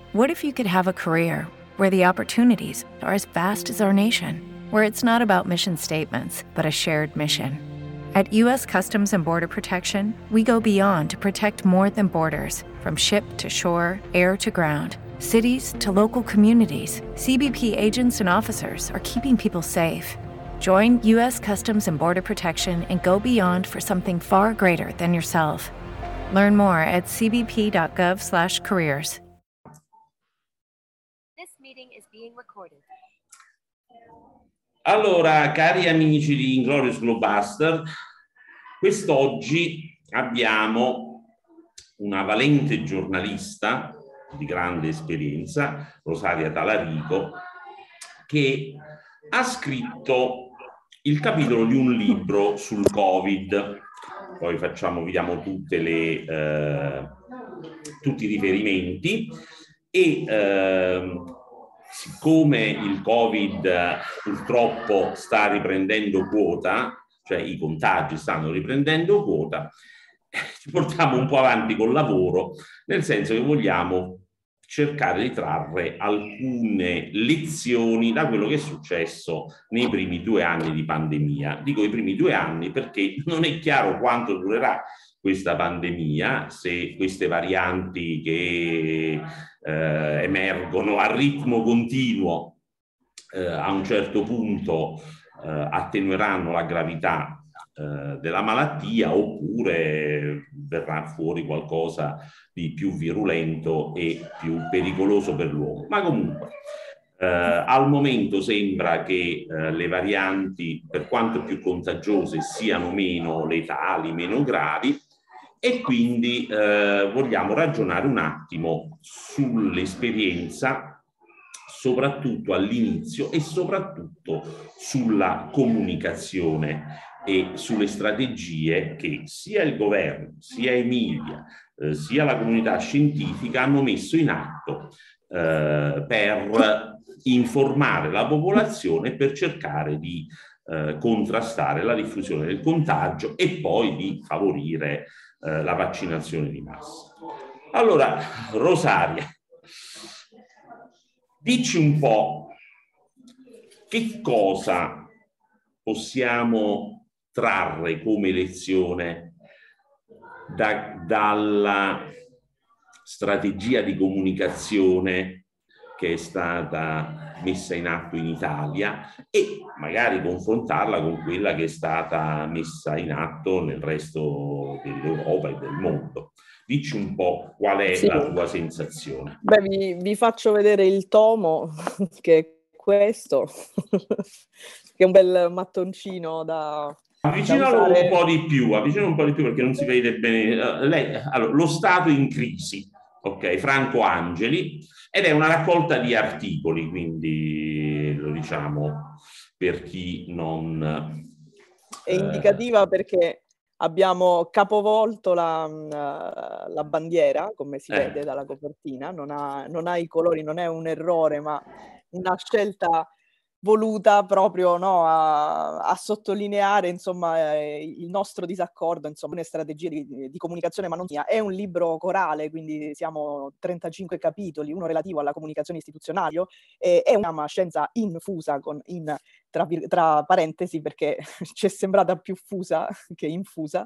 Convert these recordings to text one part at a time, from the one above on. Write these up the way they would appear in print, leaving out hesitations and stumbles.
What if you could have a career where the opportunities are as vast as our nation, where it's not about mission statements, but a shared mission? At U.S. Customs and Border Protection, we go beyond to protect more than borders. From ship to shore, air to ground, cities to local communities, CBP agents and officers are keeping people safe. Join U.S. Customs and Border Protection and go beyond for something far greater than yourself. Learn more at cbp.gov/careers. This meeting is being recorded. Allora, cari amici di Inglorious Globuster, quest'oggi abbiamo una valente giornalista di grande esperienza, Rosaria Talarico, che ha scritto il capitolo di un libro sul Covid. Poi vediamo tutti i riferimenti e siccome il Covid purtroppo sta riprendendo quota, cioè i contagi stanno riprendendo quota, ci portiamo un po' avanti col lavoro, nel senso che vogliamo cercare di trarre alcune lezioni da quello che è successo nei primi 2 anni di pandemia. Dico i primi 2 anni perché non è chiaro quanto durerà questa pandemia, se queste varianti che emergono a ritmo continuo a un certo punto attenueranno la gravità della malattia, oppure verrà fuori qualcosa di più virulento e più pericoloso per l'uomo. Ma comunque al momento sembra che le varianti, per quanto più contagiose, siano meno letali, meno gravi, e quindi vogliamo ragionare un attimo sull'esperienza, soprattutto all'inizio, e soprattutto sulla comunicazione e sulle strategie che sia il governo, sia i media, sia la comunità scientifica hanno messo in atto per informare la popolazione, per cercare di contrastare la diffusione del contagio e poi di favorire la vaccinazione di massa. Allora, Rosaria, dici un po' che cosa possiamo trarre come lezione dalla strategia di comunicazione che è stata messa in atto in Italia, e magari confrontarla con quella che è stata messa in atto nel resto dell'Europa e del mondo. Dici un po' qual è la tua sensazione. Beh, vi faccio vedere il tomo, che è questo, che è un bel mattoncino da... Avvicinalo un po' di più perché non si vede bene. Allora, lo Stato in crisi, ok, Franco Angeli, ed è una raccolta di articoli, quindi lo diciamo per chi non... È indicativa perché abbiamo capovolto la bandiera, come si vede dalla copertina, non ha i colori, non è un errore, ma una scelta voluta proprio, no, a sottolineare, insomma, il nostro disaccordo, insomma, le strategie di comunicazione, ma non sia. È un libro corale, quindi siamo 35 capitoli, uno relativo alla comunicazione istituzionale, è una scienza infusa, tra parentesi, perché ci è sembrata più fusa che infusa,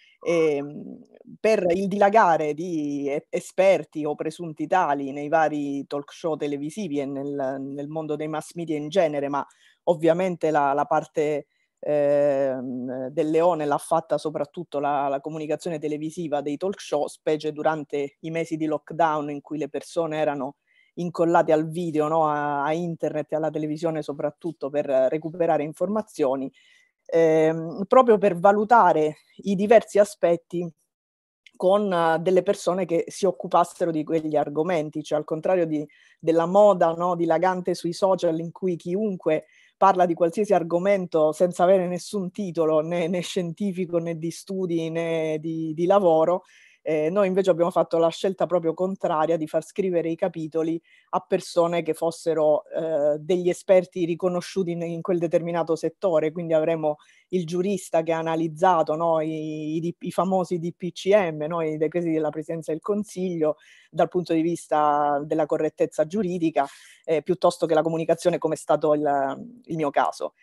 per il dilagare di esperti o presunti tali nei vari talk show televisivi e nel mondo dei mass media in genere, ma ovviamente la parte del leone l'ha fatta soprattutto la comunicazione televisiva dei talk show, specie durante i mesi di lockdown in cui le persone erano incollate al video, no? a internet e alla televisione soprattutto, per recuperare informazioni, proprio per valutare i diversi aspetti con delle persone che si occupassero di quegli argomenti, cioè al contrario della moda, no, dilagante sui social, in cui chiunque parla di qualsiasi argomento senza avere nessun titolo né scientifico né di studi né di lavoro. Noi invece abbiamo fatto la scelta proprio contraria di far scrivere i capitoli a persone che fossero degli esperti riconosciuti in quel determinato settore, quindi avremo il giurista che ha analizzato, no, i famosi DPCM, no, i decreti della Presidenza del Consiglio, dal punto di vista della correttezza giuridica, piuttosto che la comunicazione, come è stato il mio caso.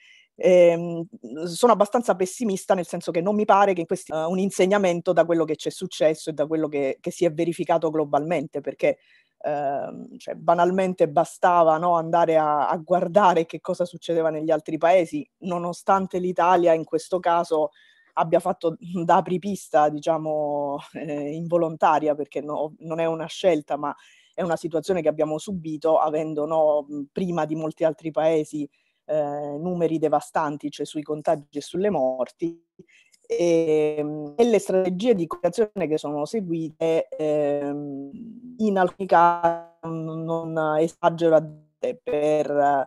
Sono abbastanza pessimista, nel senso che non mi pare che questo sia un insegnamento da quello che c'è successo e da quello che si è verificato globalmente, perché cioè, banalmente bastava, no, andare a guardare che cosa succedeva negli altri paesi, nonostante l'Italia in questo caso abbia fatto da apripista, diciamo, involontaria, perché non è una scelta, ma è una situazione che abbiamo subito, avendo, no, prima di molti altri paesi numeri devastanti, cioè sui contagi e sulle morti, e le strategie di comunicazione che sono seguite in alcuni casi, non esagero, per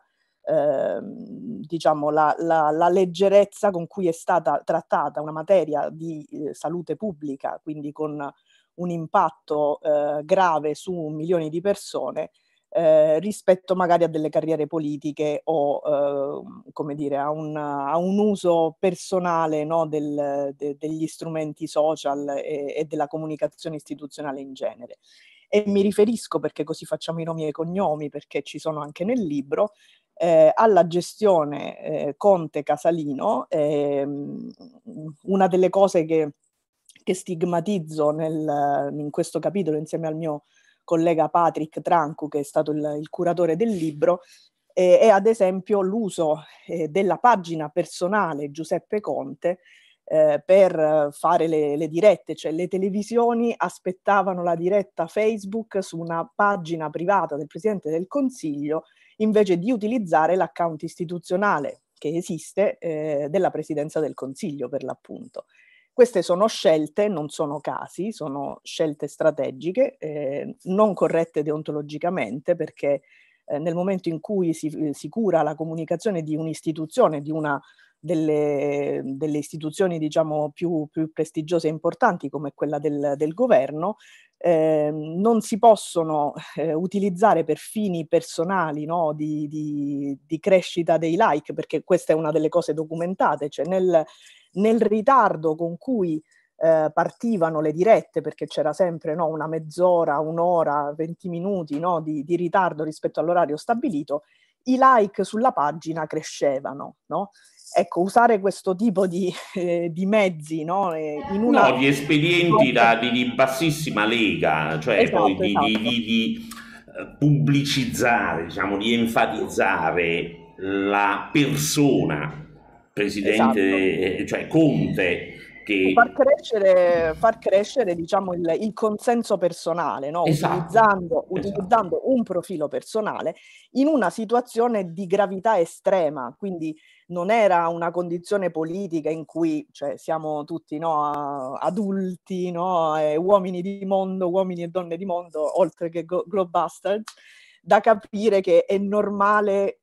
diciamo la leggerezza con cui è stata trattata una materia di salute pubblica, quindi con un impatto grave su milioni di persone, rispetto magari a delle carriere politiche o come dire, a un uso personale, no, degli strumenti social e della comunicazione istituzionale in genere. E mi riferisco, perché così facciamo i nomi e i cognomi, perché ci sono anche nel libro, alla gestione Conte-Casalino. Una delle cose che stigmatizzo in questo capitolo, insieme al mio collega Patrick Trancu, che è stato il curatore del libro, è ad esempio l'uso della pagina personale Giuseppe Conte per fare le dirette, cioè le televisioni aspettavano la diretta Facebook su una pagina privata del Presidente del Consiglio, invece di utilizzare l'account istituzionale che esiste della Presidenza del Consiglio, per l'appunto. Queste sono scelte, non sono casi, sono scelte strategiche, non corrette deontologicamente, perché nel momento in cui si cura la comunicazione di un'istituzione, di una delle istituzioni, diciamo, più prestigiose e importanti, come quella del governo, non si possono utilizzare per fini personali, no, di crescita dei like, perché questa è una delle cose documentate, cioè nel ritardo con cui partivano le dirette, perché c'era sempre, no, una mezz'ora, un'ora, 20 minuti, no, di ritardo rispetto all'orario stabilito, i like sulla pagina crescevano, no? Ecco, usare questo tipo di mezzi, no, in una... No, di espedienti di bassissima lega, cioè poi Esatto, esatto. di pubblicizzare, diciamo, di enfatizzare la persona Esatto. presidente, cioè Conte, Far che crescere, diciamo, il consenso personale, no? esatto, esatto. Utilizzando un profilo personale in una situazione di gravità estrema, quindi non era una condizione politica in cui, cioè, siamo tutti, no, adulti, no, uomini di mondo, uomini e donne di mondo, oltre che globusters, da capire che è normale,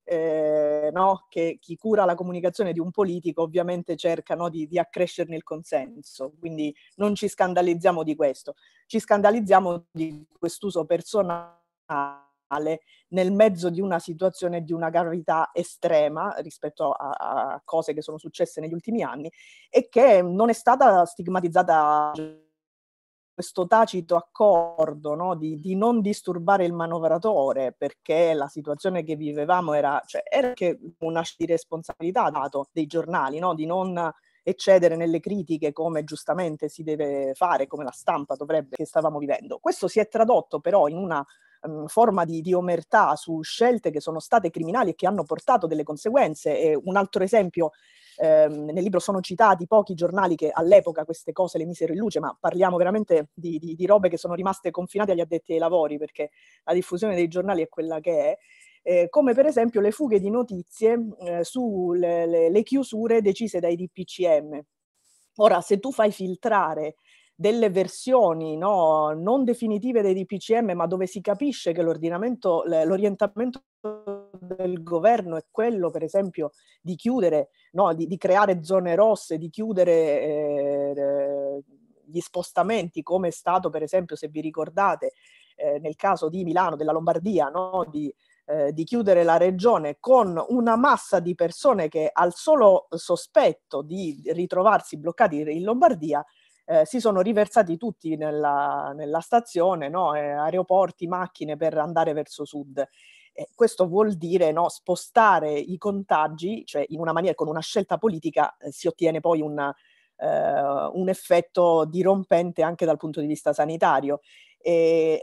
no, che chi cura la comunicazione di un politico ovviamente cerca, no, di accrescerne il consenso, quindi non ci scandalizziamo di questo, ci scandalizziamo di quest'uso personale nel mezzo di una situazione di una gravità estrema rispetto a cose che sono successe negli ultimi anni e che non è stata stigmatizzata, questo tacito accordo, no, di non disturbare il manovratore, perché la situazione che vivevamo era anche una di responsabilità dato dei giornali, no, di non eccedere nelle critiche come giustamente si deve fare, come la stampa dovrebbe, che stavamo vivendo. Questo si è tradotto però in una forma di omertà su scelte che sono state criminali e che hanno portato delle conseguenze. E un altro esempio, nel libro sono citati pochi giornali che all'epoca queste cose le misero in luce, ma parliamo veramente di robe che sono rimaste confinate agli addetti ai lavori, perché la diffusione dei giornali è quella che è, come per esempio le fughe di notizie sulle chiusure decise dai DPCM. Ora, se tu fai filtrare delle versioni, no, non definitive dei DPCM, ma dove si capisce che l'orientamento del governo è quello, per esempio, di chiudere, no, di creare zone rosse, di chiudere gli spostamenti, come è stato per esempio, se vi ricordate, nel caso di Milano, della Lombardia, no? Di chiudere la regione, con una massa di persone che al solo sospetto di ritrovarsi bloccati in Lombardia si sono riversati tutti nella stazione, no? Aeroporti, macchine per andare verso sud. Questo vuol dire, no, spostare i contagi, cioè in una maniera, con una scelta politica si ottiene poi un effetto dirompente anche dal punto di vista sanitario. E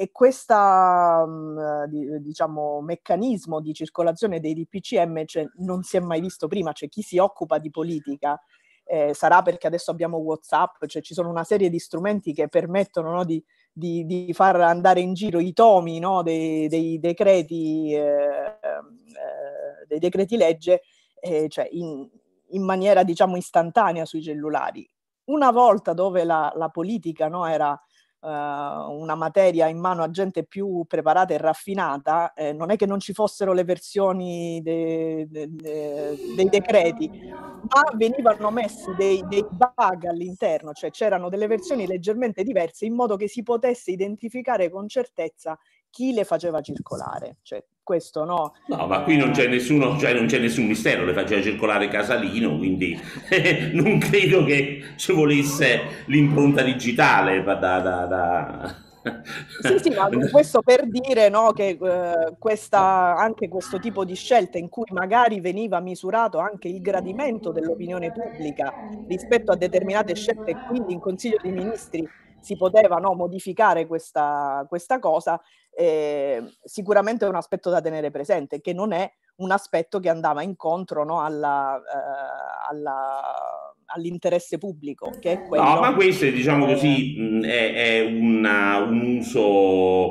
questo diciamo, meccanismo di circolazione dei DPCM non si è mai visto prima. Cioè, chi si occupa di politica, sarà perché adesso abbiamo WhatsApp, cioè ci sono una serie di strumenti che permettono, no, di far andare in giro i tomi, no, dei decreti legge, cioè in maniera, diciamo, istantanea sui cellulari. Una volta dove la politica, no, era una materia in mano a gente più preparata e raffinata, non è che non ci fossero le versioni dei decreti, ma venivano messi dei bug all'interno, cioè c'erano delle versioni leggermente diverse in modo che si potesse identificare con certezza chi le faceva circolare. Cioè, questo no. No, ma qui non c'è nessuno, cioè non c'è nessun mistero, le faceva circolare Casalino, quindi non credo che ci volesse l'impronta digitale Sì, ma questo per dire, no, che anche questo tipo di scelte in cui magari veniva misurato anche il gradimento dell'opinione pubblica rispetto a determinate scelte, e quindi in Consiglio dei Ministri si poteva, no, modificare questa cosa, sicuramente è un aspetto da tenere presente, che non è un aspetto che andava incontro, no, all'interesse pubblico, che è quello. No, ma questo, diciamo così, è un uso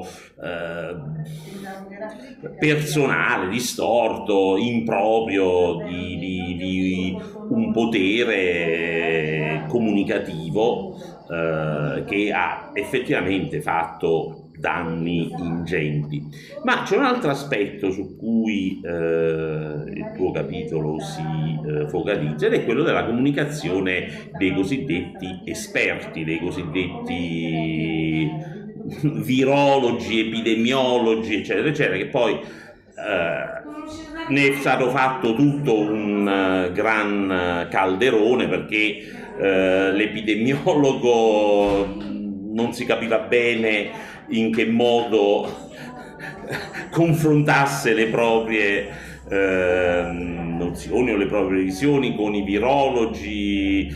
personale, distorto, improprio di un potere comunicativo che ha effettivamente fatto danni ingenti. Ma c'è un altro aspetto su cui il tuo capitolo si focalizza, ed è quello della comunicazione dei cosiddetti esperti, dei cosiddetti virologi, epidemiologi, eccetera, eccetera, che poi ne è stato fatto tutto un gran calderone, perché l'epidemiologo non si capiva bene in che modo confrontasse le proprie nozioni o le proprie visioni con i virologi,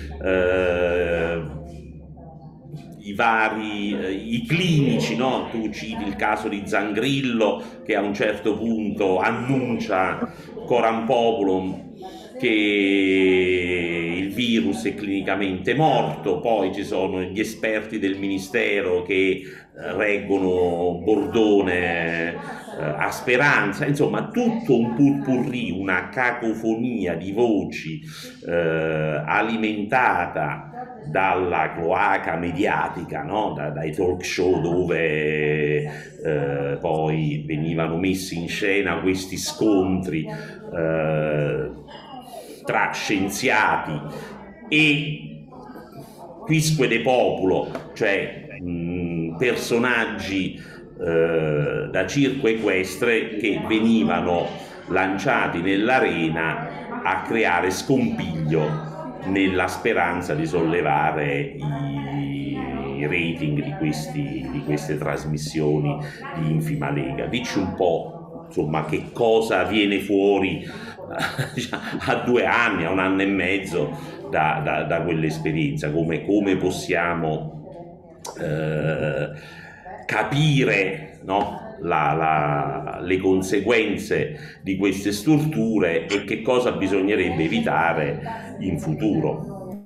i clinici, no? Tu citi il caso di Zangrillo, che a un certo punto annuncia coram populum che il virus è clinicamente morto, poi ci sono gli esperti del ministero che reggono Bordone a Speranza, insomma tutto un purpurri, una cacofonia di voci alimentata dalla cloaca mediatica, no? Dai talk show dove poi venivano messi in scena questi scontri tra scienziati e quisque de populo, cioè personaggi da circo equestre che venivano lanciati nell'arena a creare scompiglio nella speranza di sollevare i rating di queste trasmissioni di infima lega. Dici un po', insomma, che cosa viene fuori a 2 anni, a 1 anno e mezzo da quell'esperienza, come possiamo capire, no? Le conseguenze di queste storture e che cosa bisognerebbe evitare in futuro.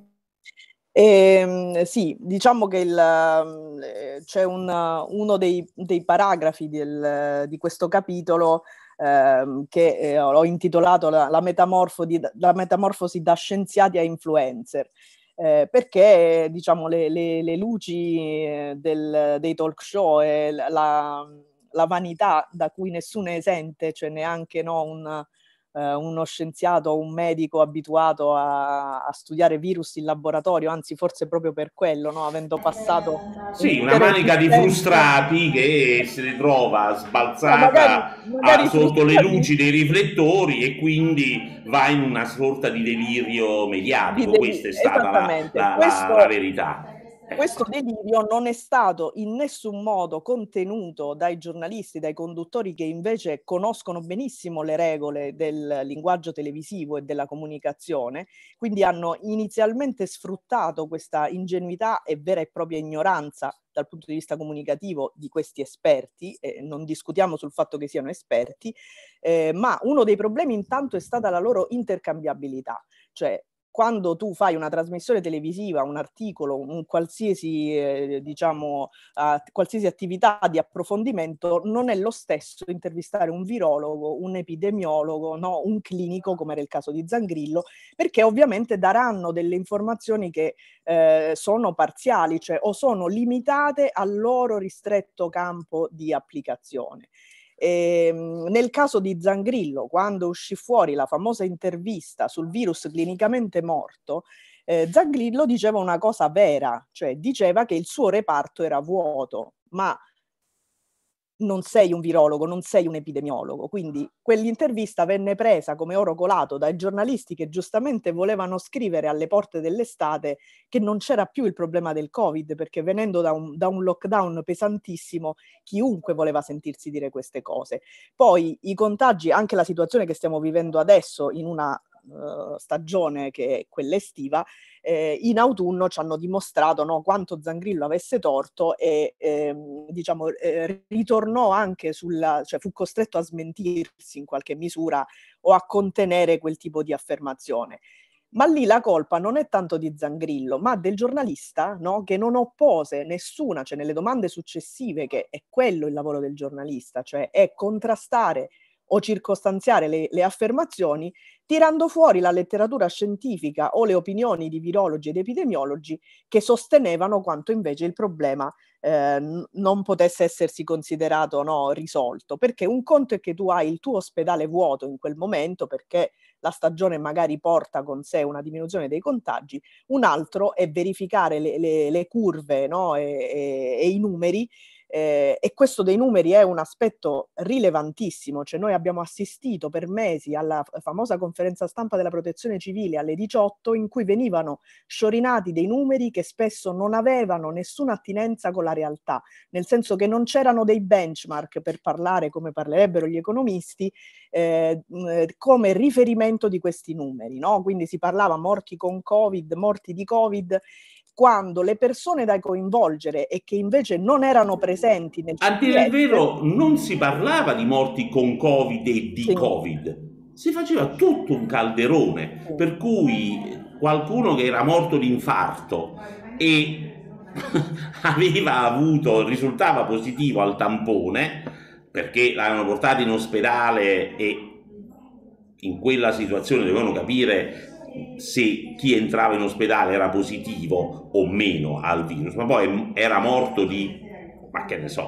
Sì, diciamo che c'è uno dei paragrafi di questo capitolo che ho intitolato la metamorfosi da scienziati a influencer. Perché, diciamo, le luci dei talk show e la vanità da cui nessuno è esente, cioè neanche, no, uno scienziato o un medico abituato a studiare virus in laboratorio, anzi forse proprio per quello, no? Avendo passato Sì, una manica di frustrati che si ritrova sbalzata magari sotto le frustrati luci dei riflettori e quindi va in una sorta di delirio mediatico. Questa è stata esattamente. la verità. Questo delirio non è stato in nessun modo contenuto dai giornalisti, dai conduttori che invece conoscono benissimo le regole del linguaggio televisivo e della comunicazione, quindi hanno inizialmente sfruttato questa ingenuità e vera e propria ignoranza dal punto di vista comunicativo di questi esperti, non discutiamo sul fatto che siano esperti, ma uno dei problemi intanto è stata la loro intercambiabilità, cioè quando tu fai una trasmissione televisiva, un articolo, un qualsiasi, qualsiasi attività di approfondimento, non è lo stesso intervistare un virologo, un epidemiologo, no? Un clinico, come era il caso di Zangrillo, perché ovviamente daranno delle informazioni che sono parziali, cioè o sono limitate al loro ristretto campo di applicazione. Nel caso di Zangrillo, quando uscì fuori la famosa intervista sul virus clinicamente morto, Zangrillo diceva una cosa vera, cioè diceva che il suo reparto era vuoto, ma non sei un virologo, non sei un epidemiologo, quindi quell'intervista venne presa come oro colato dai giornalisti che giustamente volevano scrivere alle porte dell'estate che non c'era più il problema del Covid, perché venendo da un lockdown pesantissimo, chiunque voleva sentirsi dire queste cose. Poi i contagi, anche la situazione che stiamo vivendo adesso in una stagione che è quella estiva, in autunno ci hanno dimostrato, no, quanto Zangrillo avesse torto e ritornò anche cioè fu costretto a smentirsi in qualche misura o a contenere quel tipo di affermazione. Ma lì la colpa non è tanto di Zangrillo, ma del giornalista, no, che non oppose nessuna, cioè nelle domande successive, che è quello il lavoro del giornalista, cioè è contrastare o circostanziare le affermazioni, tirando fuori la letteratura scientifica o le opinioni di virologi ed epidemiologi che sostenevano quanto invece il problema non potesse essersi considerato, no, risolto. Perché un conto è che tu hai il tuo ospedale vuoto in quel momento perché la stagione magari porta con sé una diminuzione dei contagi, un altro è verificare le curve, no, e i numeri. E questo dei numeri è un aspetto rilevantissimo, cioè noi abbiamo assistito per mesi alla famosa conferenza stampa della Protezione Civile alle 18 in cui venivano sciorinati dei numeri che spesso non avevano nessuna attinenza con la realtà, nel senso che non c'erano dei benchmark per parlare, come parlerebbero gli economisti, come riferimento di questi numeri, no? Quindi si parlava morti con Covid, morti di Covid, quando le persone da coinvolgere e che invece non erano presenti nel A dire il CTS, vero, non si parlava di morti con Covid e di sì, Covid, si faceva tutto un calderone, sì. per cui qualcuno che era morto di infarto e risultava positivo al tampone perché l'avevano portato in ospedale e in quella situazione dovevano capire se chi entrava in ospedale era positivo o meno al virus, ma poi era morto di, ma che ne so,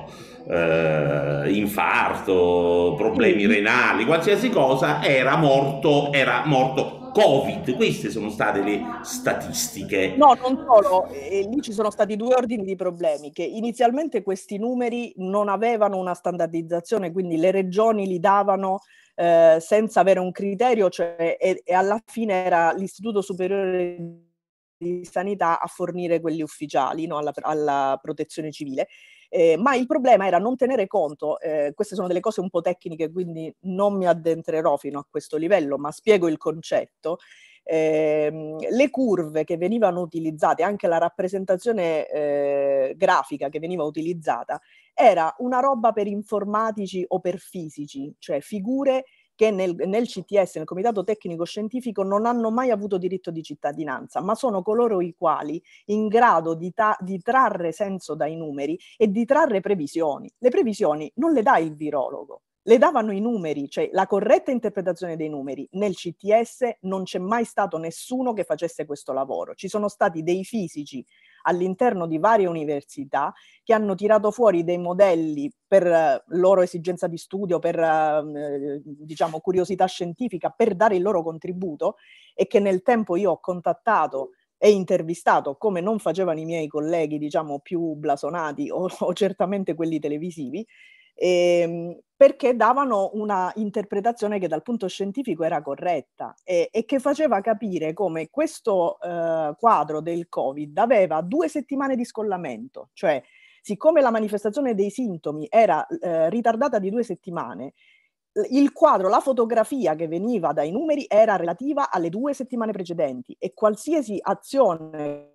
infarto, problemi renali, qualsiasi cosa, era morto Covid. Queste sono state le statistiche. No, non solo, lì ci sono stati due ordini di problemi, che inizialmente questi numeri non avevano una standardizzazione, quindi le regioni li davano senza avere un criterio, cioè, e alla fine era l'Istituto Superiore di Sanità a fornire quelli ufficiali, no, alla Protezione Civile. Ma il problema era non tenere conto, queste sono delle cose un po' tecniche, quindi non mi addentrerò fino a questo livello, ma spiego il concetto. Le curve che venivano utilizzate, anche la rappresentazione grafica che veniva utilizzata, era una roba per informatici o per fisici, cioè figure che nel CTS, nel Comitato Tecnico Scientifico, non hanno mai avuto diritto di cittadinanza, ma sono coloro i quali in grado di trarre senso dai numeri e di trarre previsioni. Le previsioni non le dà il virologo, le davano i numeri, cioè la corretta interpretazione dei numeri. Nel CTS non c'è mai stato nessuno che facesse questo lavoro. Ci sono stati dei fisici all'interno di varie università che hanno tirato fuori dei modelli per loro esigenza di studio, per diciamo curiosità scientifica, per dare il loro contributo, e che nel tempo io ho contattato e intervistato, come non facevano i miei colleghi, diciamo, più blasonati o certamente quelli televisivi, perché davano una interpretazione che dal punto scientifico era corretta e che faceva capire come questo quadro del Covid aveva 2 settimane di scollamento, cioè siccome la manifestazione dei sintomi era ritardata di 2 settimane, il quadro, la fotografia che veniva dai numeri era relativa alle 2 settimane precedenti e qualsiasi azione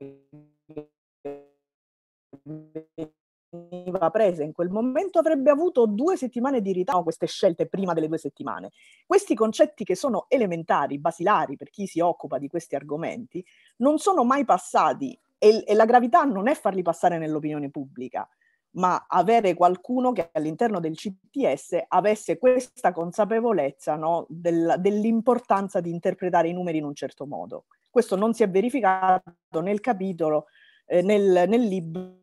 veniva presa in quel momento avrebbe avuto 2 settimane di ritardo, queste scelte prima delle 2 settimane. Questi concetti che sono elementari, basilari per chi si occupa di questi argomenti, non sono mai passati e la gravità non è farli passare nell'opinione pubblica, ma avere qualcuno che all'interno del CTS avesse questa consapevolezza, no, dell'importanza di interpretare i numeri in un certo modo. Questo non si è verificato nel capitolo, nel libro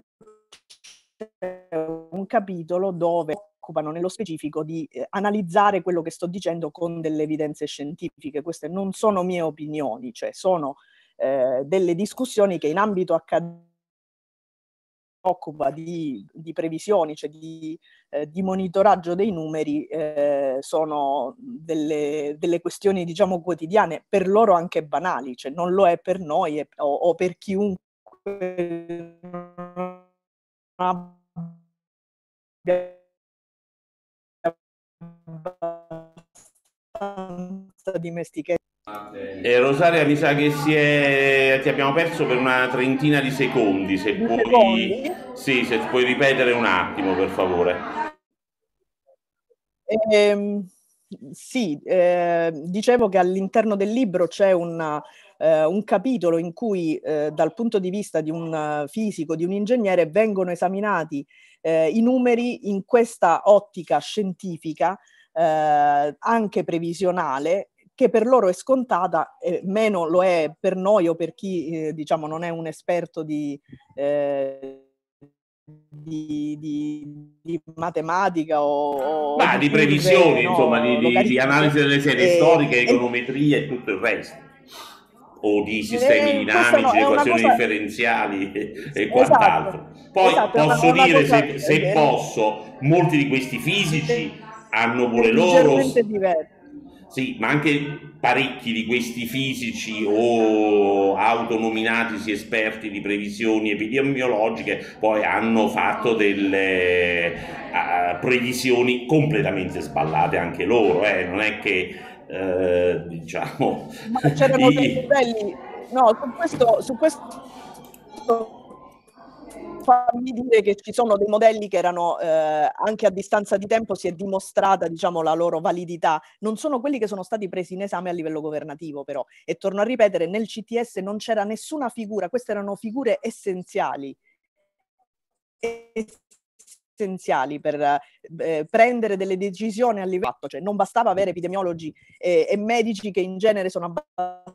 c'è un capitolo dove occupano nello specifico di analizzare quello che sto dicendo con delle evidenze scientifiche. Queste non sono mie opinioni, cioè sono delle discussioni che in ambito accademico occupa di previsioni, cioè di monitoraggio dei numeri, sono delle questioni, diciamo, quotidiane, per loro anche banali, cioè non lo è per noi o per chiunque non abbia abbastanza dimestichezza. Rosaria, mi sa che ti abbiamo perso per una trentina di secondi, se Di puoi, secondi? sì, se puoi ripetere un attimo, per favore. Sì, dicevo che all'interno del libro c'è un capitolo in cui dal punto di vista di un fisico, di un ingegnere, vengono esaminati i numeri in questa ottica scientifica, anche previsionale, che per loro è scontata, meno lo è per noi o per chi diciamo non è un esperto di matematica o Ma di di curve, previsioni, no, insomma, di logaritmiche. analisi delle serie storiche, econometria e tutto il resto, o di sistemi dinamici, È una equazioni cosa, differenziali e esatto, quant'altro. Poi esatto, è posso una dire, cosa se posso, molti di questi fisici hanno pure loro, leggermente diversa. sì, ma anche parecchi di questi fisici o autonominatisi esperti di previsioni epidemiologiche poi hanno fatto delle previsioni completamente sballate anche loro, non è che diciamo Ma c'erano dei modelli, no, su questo fammi dire che ci sono dei modelli che erano anche a distanza di tempo si è dimostrata, diciamo, la loro validità. Non sono quelli che sono stati presi in esame a livello governativo, però. E torno a ripetere, nel CTS non c'era nessuna figura, queste erano figure essenziali per prendere delle decisioni a livello, cioè non bastava avere epidemiologi e medici che in genere sono abbastanza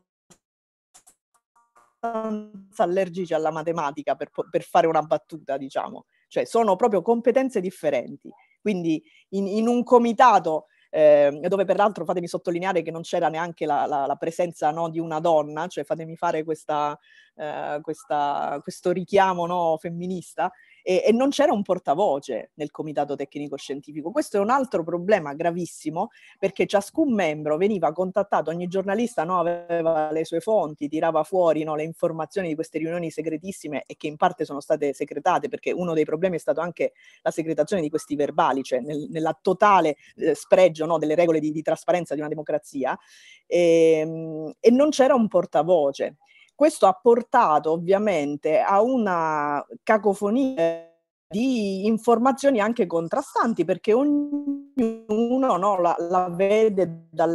allergici alla matematica per fare una battuta, diciamo, cioè sono proprio competenze differenti. Quindi in un comitato dove peraltro fatemi sottolineare che non c'era neanche la presenza, no, di una donna, cioè fatemi fare questo richiamo, no, femminista, e non c'era un portavoce nel comitato tecnico scientifico. Questo è un altro problema gravissimo, perché ciascun membro veniva contattato, ogni giornalista, no, aveva le sue fonti, tirava fuori, no, le informazioni di queste riunioni segretissime e che in parte sono state segretate, perché uno dei problemi è stato anche la segretazione di questi verbali, cioè nella totale spregio, no, delle regole di trasparenza di una democrazia, e non c'era un portavoce. Questo ha portato ovviamente a una cacofonia di informazioni anche contrastanti, perché ognuno, no, la vede dal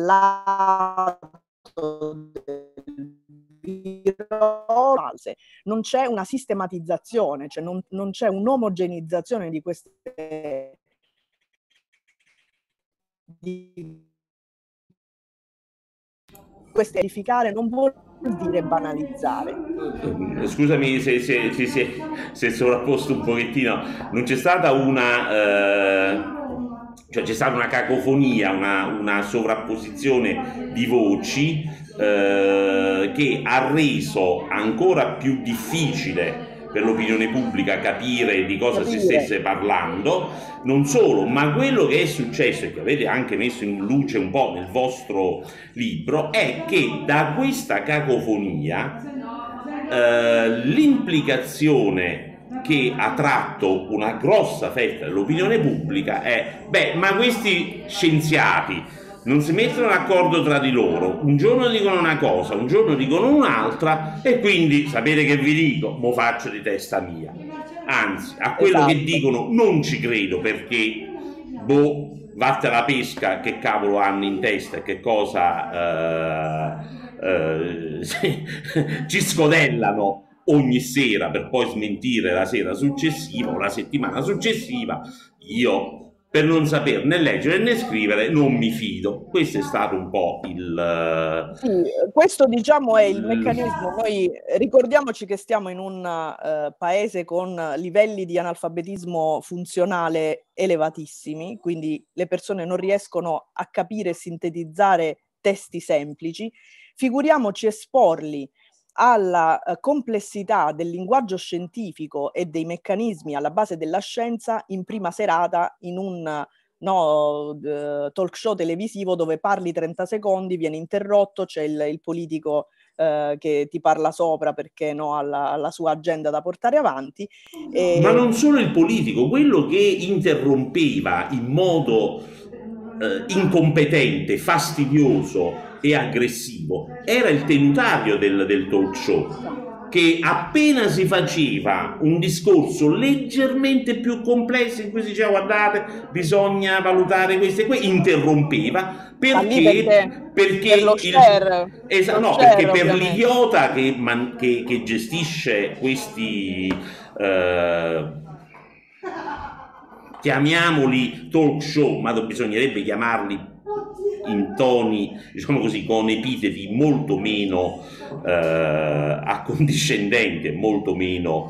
lato del virus. Non c'è una sistematizzazione, cioè non c'è un'omogenizzazione di queste questo edificare non vuol dire banalizzare. Scusami se sovrapposto un pochettino, non c'è stata cioè c'è stata una cacofonia, una sovrapposizione di voci che ha reso ancora più difficile per l'opinione pubblica capire di cosa si stesse parlando. Non solo, ma quello che è successo e che avete anche messo in luce un po' nel vostro libro è che da questa cacofonia l'implicazione che ha tratto una grossa fetta dell'opinione pubblica è: ma questi scienziati non si mettono d'accordo tra di loro, un giorno dicono una cosa, un giorno dicono un'altra, e quindi sapete che vi dico, mo faccio di testa mia. Anzi, a quello che dicono non ci credo, perché vatte la pesca, che cavolo hanno in testa e che cosa ci scodellano ogni sera per poi smentire la sera successiva o la settimana successiva. Io, per non saper né leggere né scrivere, non mi fido. Questo è stato un po' il... Sì, questo diciamo è il meccanismo. Noi ricordiamoci che stiamo in un paese con livelli di analfabetismo funzionale elevatissimi, quindi le persone non riescono a capire e sintetizzare testi semplici. Figuriamoci esporli alla complessità del linguaggio scientifico e dei meccanismi alla base della scienza in prima serata in un talk show televisivo dove parli 30 secondi, viene interrotto, c'è il politico che ti parla sopra perché ha la sua agenda da portare avanti. Ma non solo il politico, quello che interrompeva in modo incompetente, fastidioso e aggressivo era il tenutario del talk show, che appena si faceva un discorso leggermente più complesso in cui si diceva: guardate, bisogna valutare questo e questo, interrompeva perché per l'idiota che gestisce questi chiamiamoli talk show, ma bisognerebbe chiamarli in toni, diciamo così, con epiteti molto meno accondiscendenti, molto meno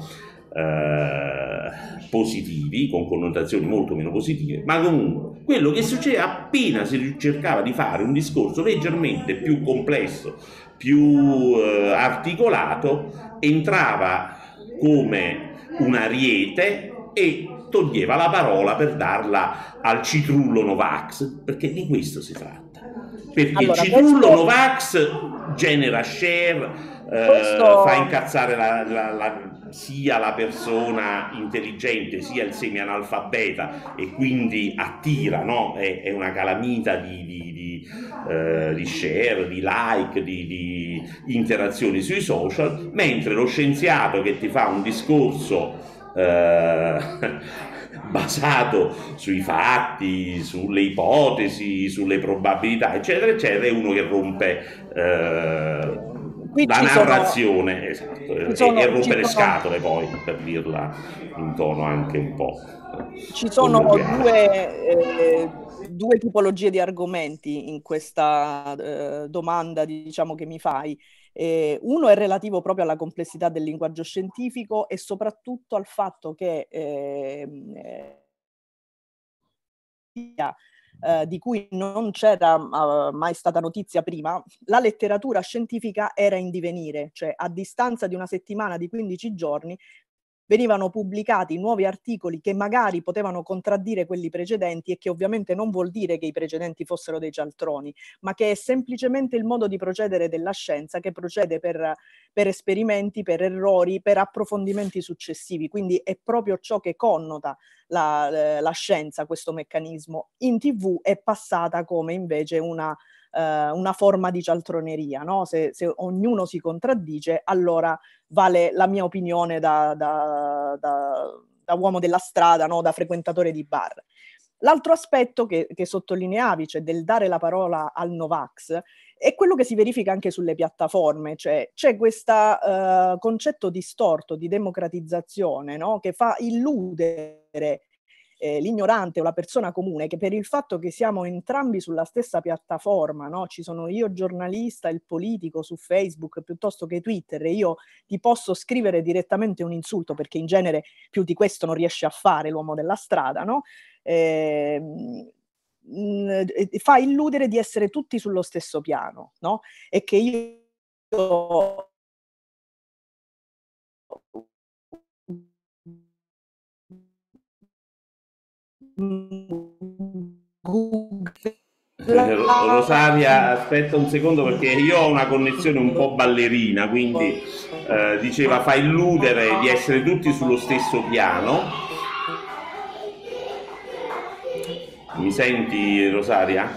positivi, con connotazioni molto meno positive. Ma comunque quello che succede appena si cercava di fare un discorso leggermente più complesso, più articolato, entrava come un ariete e toglieva la parola per darla al citrullo Novax, perché di questo si tratta. Perché il citrullo Novax genera share, fa incazzare sia la persona intelligente sia il semi-analfabeta, e quindi attira, no? È una calamita di share, di like, di interazioni sui social, mentre lo scienziato che ti fa un discorso basato sui fatti, sulle ipotesi, sulle probabilità, eccetera, eccetera, è uno che rompe la narrazione, e rompe le scatole, poi, per dirla in tono anche un po'. Ci sono due tipologie di argomenti in questa domanda, diciamo, che mi fai. Uno è relativo proprio alla complessità del linguaggio scientifico e soprattutto al fatto che di cui non c'era mai stata notizia prima, la letteratura scientifica era in divenire, cioè a distanza di una settimana, di 15 giorni, venivano pubblicati nuovi articoli che magari potevano contraddire quelli precedenti, e che ovviamente non vuol dire che i precedenti fossero dei cialtroni, ma che è semplicemente il modo di procedere della scienza, che procede per esperimenti, per errori, per approfondimenti successivi. Quindi è proprio ciò che connota la scienza, questo meccanismo. In TV è passata come invece una forma di cialtroneria, no? Se ognuno si contraddice, allora vale la mia opinione da uomo della strada, no? Da frequentatore di bar. L'altro aspetto che sottolineavi, cioè del dare la parola al Novax, è quello che si verifica anche sulle piattaforme, cioè c'è questo concetto distorto di democratizzazione, no? Che fa illudere l'ignorante o la persona comune, che per il fatto che siamo entrambi sulla stessa piattaforma, no? Ci sono io giornalista, il politico su Facebook piuttosto che Twitter, e io ti posso scrivere direttamente un insulto, perché in genere più di questo non riesce a fare l'uomo della strada, no? Fa illudere di essere tutti sullo stesso piano, no? E che io Rosaria, aspetta un secondo perché io ho una connessione un po' ballerina, quindi diceva fa illudere di essere tutti sullo stesso piano. Mi senti, Rosaria?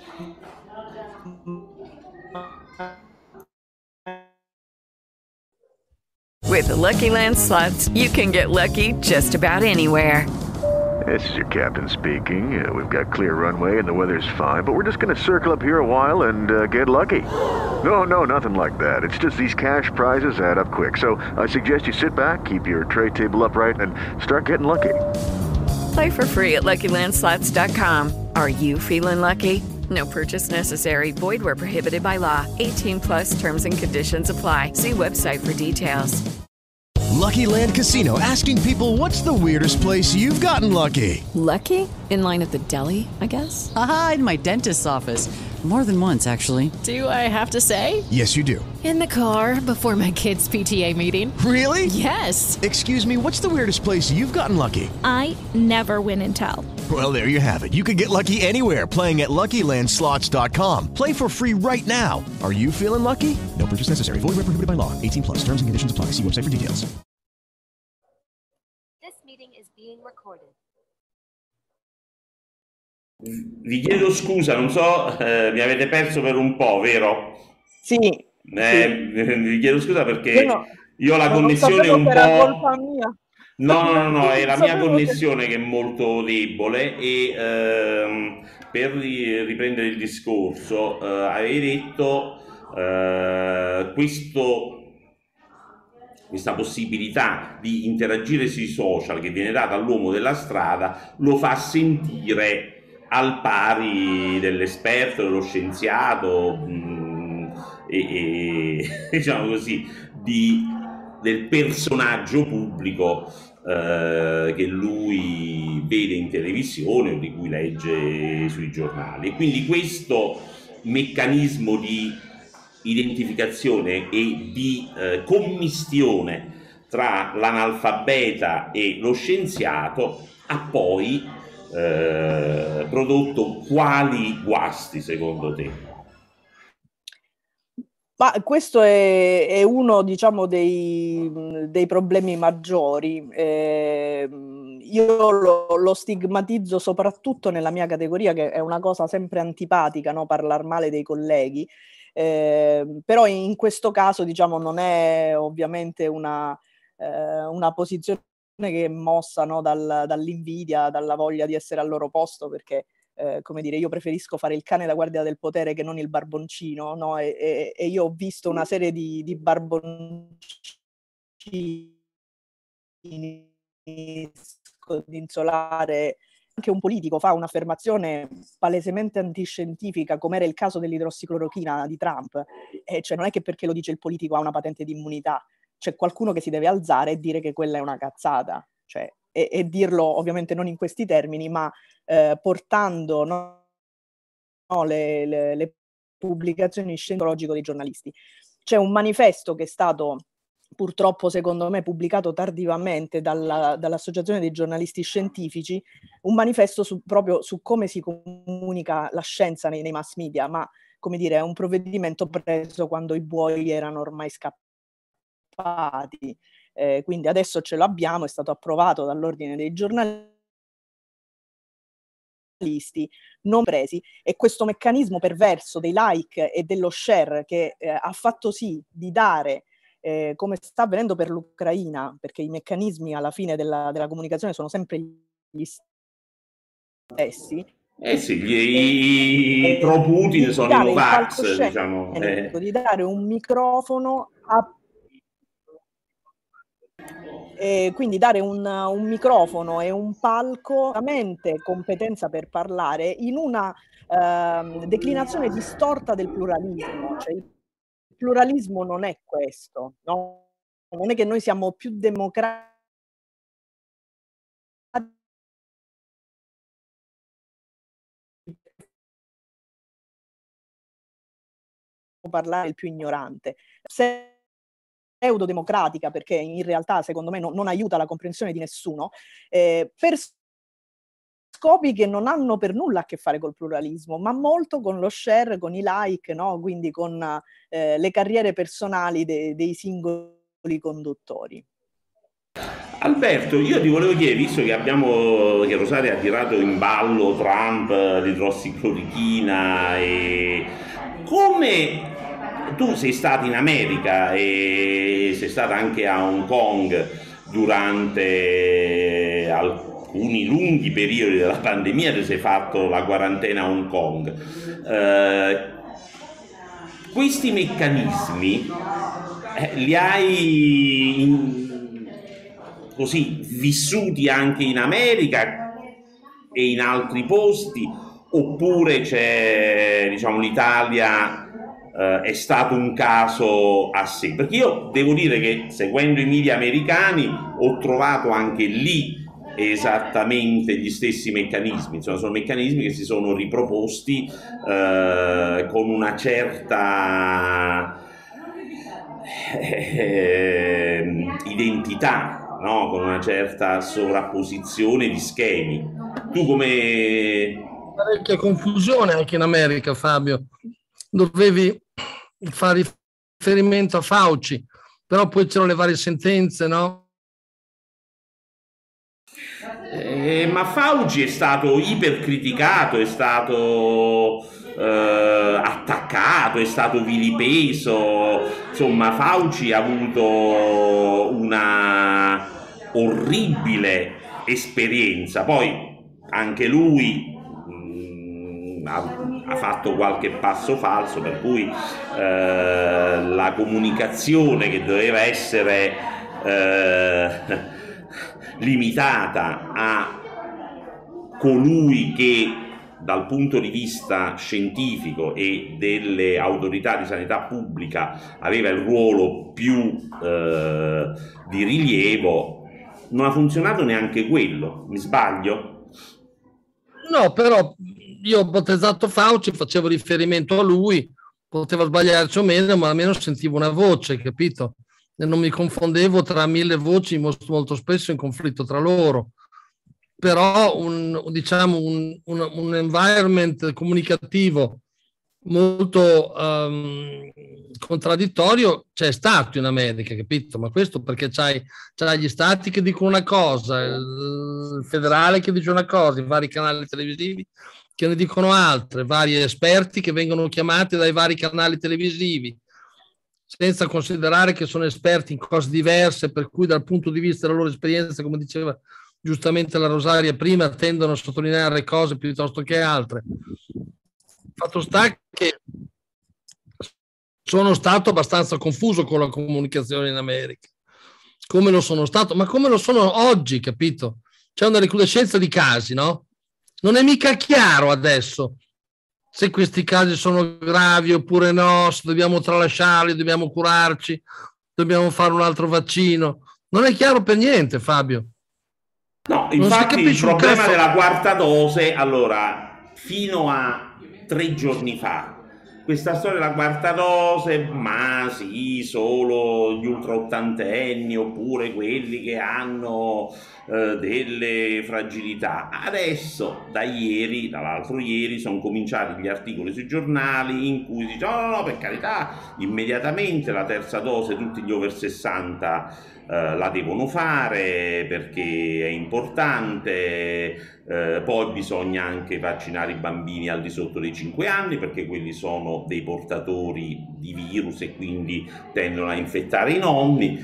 With the Lucky Land Slots, you can get lucky just about anywhere. This is your captain speaking. We've got clear runway and the weather's fine, but we're just going to circle up here a while and get lucky. No, nothing like that. It's just these cash prizes add up quick. So I suggest you sit back, keep your tray table upright, and start getting lucky. Play for free at LuckyLandSlots.com. Are you feeling lucky? No purchase necessary. Void where prohibited by law. 18 plus terms and conditions apply. See website for details. Lucky Land Casino, asking people, what's the weirdest place you've gotten lucky? Lucky? In line at the deli, I guess? Aha, in my dentist's office. More than once, actually. Do I have to say? Yes, you do. In the car before my kids' PTA meeting. Really? Yes. Excuse me, what's the weirdest place you've gotten lucky? I never win and tell. Well, there you have it. You can get lucky anywhere, playing at LuckyLandSlots.com. Play for free right now. Are you feeling lucky? No purchase necessary. Void where prohibited by law. 18 plus. Terms and conditions apply. See website for details. This meeting is being recorded. Vi chiedo scusa, non so, mi avete perso per un po', vero? Sì. Vi chiedo scusa perché io ho la connessione un po'... Era colpa mia. No, è la mia connessione che è molto debole e per riprendere il discorso, avevi detto questa possibilità di interagire sui social che viene data all'uomo della strada lo fa sentire al pari dell'esperto, dello scienziato e diciamo così del personaggio pubblico che lui vede in televisione o di cui legge sui giornali. E quindi questo meccanismo di identificazione e di commistione tra l'analfabeta e lo scienziato ha poi prodotto quali guasti secondo te? Ma questo è uno, diciamo, dei problemi maggiori. Io lo stigmatizzo soprattutto nella mia categoria, che è una cosa sempre antipatica, no? Parlar male dei colleghi. Però in questo caso, diciamo, non è ovviamente una posizione che è mossa, no? Dall'invidia, dalla voglia di essere al loro posto, perché come dire, io preferisco fare il cane da guardia del potere che non il barboncino, no? E io ho visto una serie di barboncini scodinzolare. Anche un politico fa un'affermazione palesemente antiscientifica, come era il caso dell'idrossiclorochina di Trump, cioè non è che perché lo dice il politico ha una patente di immunità, c'è qualcuno che si deve alzare e dire che quella è una cazzata, cioè, e dirlo ovviamente non in questi termini, ma portando le pubblicazioni scientifiche dei giornalisti. C'è un manifesto che è stato purtroppo, secondo me, pubblicato tardivamente dall'Associazione dei giornalisti scientifici, un manifesto proprio su come si comunica la scienza nei mass media, ma come dire, è un provvedimento preso quando i buoi erano ormai scappati. Quindi adesso ce l'abbiamo, è stato approvato dall'Ordine dei giornalisti non presi, e questo meccanismo perverso dei like e dello share che ha fatto sì di dare, come sta avvenendo per l'Ucraina, perché i meccanismi alla fine della comunicazione sono sempre gli stessi. I pro Putin sono i Novax, diciamo. Di dare un microfono a quindi dare un microfono e un palco, veramente competenza per parlare in una declinazione distorta del pluralismo. Cioè, il pluralismo non è questo, no? Non è che noi siamo più democratici parlare il più ignorante, pseudodemocratica, perché in realtà secondo me non aiuta la comprensione di nessuno, per scopi che non hanno per nulla a che fare col pluralismo, ma molto con lo share, con i like, no? Quindi con le carriere personali dei singoli conduttori. Alberto, io ti volevo chiedere, visto che Rosaria ha tirato in ballo Trump, l'idrossiclorochina, e come tu sei stata in America e sei stata anche a Hong Kong durante alcuni lunghi periodi della pandemia, ti sei fatto la quarantena a Hong Kong. Questi meccanismi li hai così vissuti anche in America e in altri posti, oppure c'è, diciamo, l'Italia è stato un caso a sé? Perché io devo dire che, seguendo i media americani, ho trovato anche lì esattamente gli stessi meccanismi. Insomma, sono meccanismi che si sono riproposti con una certa identità, no? Con una certa sovrapposizione di schemi. Tu come... Parecchia confusione anche in America, Fabio. Dovevi fare riferimento a Fauci, però poi c'erano le varie sentenze, no? Ma Fauci è stato ipercriticato, è stato attaccato, è stato vilipeso. Insomma, Fauci ha avuto una orribile esperienza. Poi anche lui ha fatto qualche passo falso, per cui la comunicazione, che doveva essere limitata a colui che dal punto di vista scientifico e delle autorità di sanità pubblica aveva il ruolo più di rilievo, non ha funzionato neanche quello. Mi sbaglio? No, però io ho battezzato Fauci, facevo riferimento a lui, poteva sbagliarci o meno, ma almeno sentivo una voce, capito? E non mi confondevo tra mille voci molto spesso in conflitto tra loro. Però un environment comunicativo molto contraddittorio c'è stato in America, capito? Ma questo perché c'hai gli stati che dicono una cosa, il federale che dice una cosa, i vari canali televisivi che ne dicono altre, vari esperti che vengono chiamati dai vari canali televisivi, senza considerare che sono esperti in cose diverse, per cui dal punto di vista della loro esperienza, come diceva giustamente la Rosaria prima, tendono a sottolineare cose piuttosto che altre. Fatto sta che sono stato abbastanza confuso con la comunicazione in America, come lo sono stato, ma come lo sono oggi, capito? C'è una recrudescenza di casi, no? Non è mica chiaro adesso se questi casi sono gravi oppure no, se dobbiamo tralasciarli, dobbiamo curarci, dobbiamo fare un altro vaccino. Non è chiaro per niente, Fabio. No, infatti il problema della quarta dose, allora, fino a 3 giorni fa, questa storia della quarta dose, ma sì, solo gli ultra ottantenni oppure quelli che hanno delle fragilità. Adesso, dall'altro ieri, sono cominciati gli articoli sui giornali in cui si dice no, per carità, immediatamente la terza dose, tutti gli over 60 la devono fare perché è importante, poi bisogna anche vaccinare i bambini al di sotto dei 5 anni perché quelli sono dei portatori di virus e quindi tendono a infettare i nonni.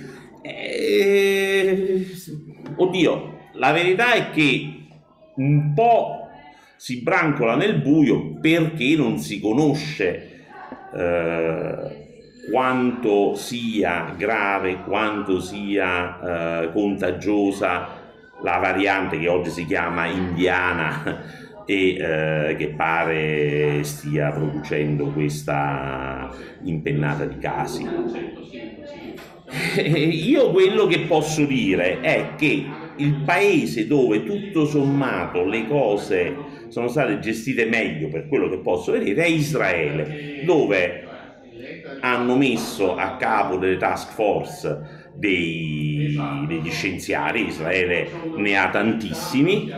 Oddio, la verità è che un po' si brancola nel buio perché non si conosce quanto sia grave, quanto sia contagiosa la variante che oggi si chiama indiana e che pare stia producendo questa impennata di casi. Io quello che posso dire è che il paese dove tutto sommato le cose sono state gestite meglio, per quello che posso vedere, è Israele, dove hanno messo a capo delle task force degli scienziati. Israele ne ha tantissimi,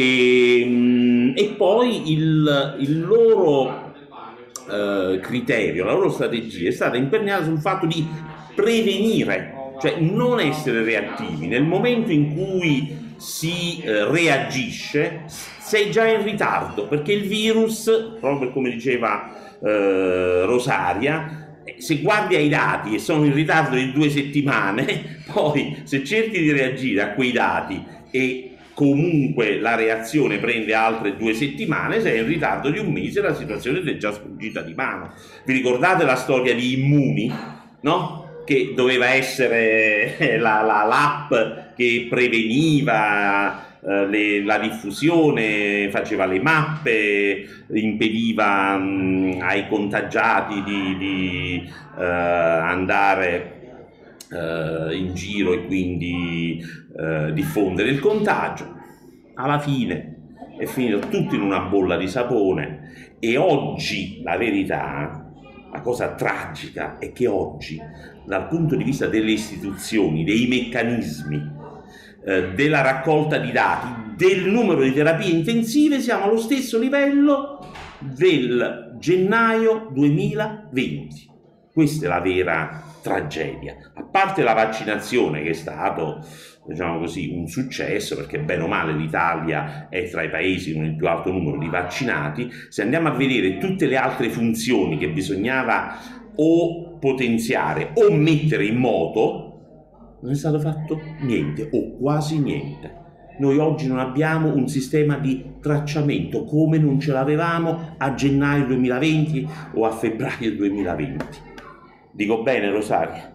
e poi il loro criterio, la loro strategia è stata imperniata sul fatto di prevenire, cioè non essere reattivi. Nel momento in cui si reagisce sei già in ritardo, perché il virus, proprio come diceva Rosaria, se guardi ai dati e sono in ritardo di 2 settimane, poi se cerchi di reagire a quei dati e comunque la reazione prende altre 2 settimane, sei in ritardo di 1 mese e la situazione ti è già sfuggita di mano. Vi ricordate la storia di Immuni, no? Che doveva essere l'app che preveniva la diffusione, faceva le mappe, impediva ai contagiati di andare in giro e quindi diffondere il contagio. Alla fine è finito tutto in una bolla di sapone, e oggi la verità, la cosa tragica è che oggi, dal punto di vista delle istituzioni, dei meccanismi, della raccolta di dati, del numero di terapie intensive, siamo allo stesso livello del gennaio 2020. Questa è la vera tragedia. A parte la vaccinazione, che è stato, diciamo così, un successo, perché bene o male l'Italia è tra i paesi con il più alto numero di vaccinati, se andiamo a vedere tutte le altre funzioni che bisognava o potenziare o mettere in moto, non è stato fatto niente o quasi niente. Noi oggi non abbiamo un sistema di tracciamento come non ce l'avevamo a gennaio 2020 o a febbraio 2020. Dico bene, Rosaria?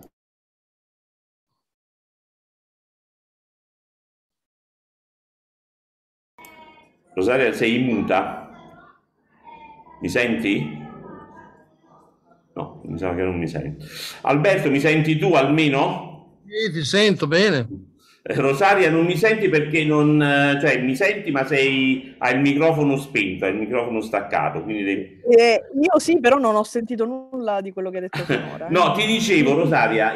Rosaria, sei in muta? Mi senti? No, mi sa che non mi senti. Alberto, mi senti tu almeno? Sì, ti sento bene. Rosaria, non mi senti perché non... cioè mi senti ma hai il microfono spento, hai il microfono staccato, quindi devi... Io sì, però non ho sentito nulla di quello che hai detto finora. No, ti dicevo, Rosaria,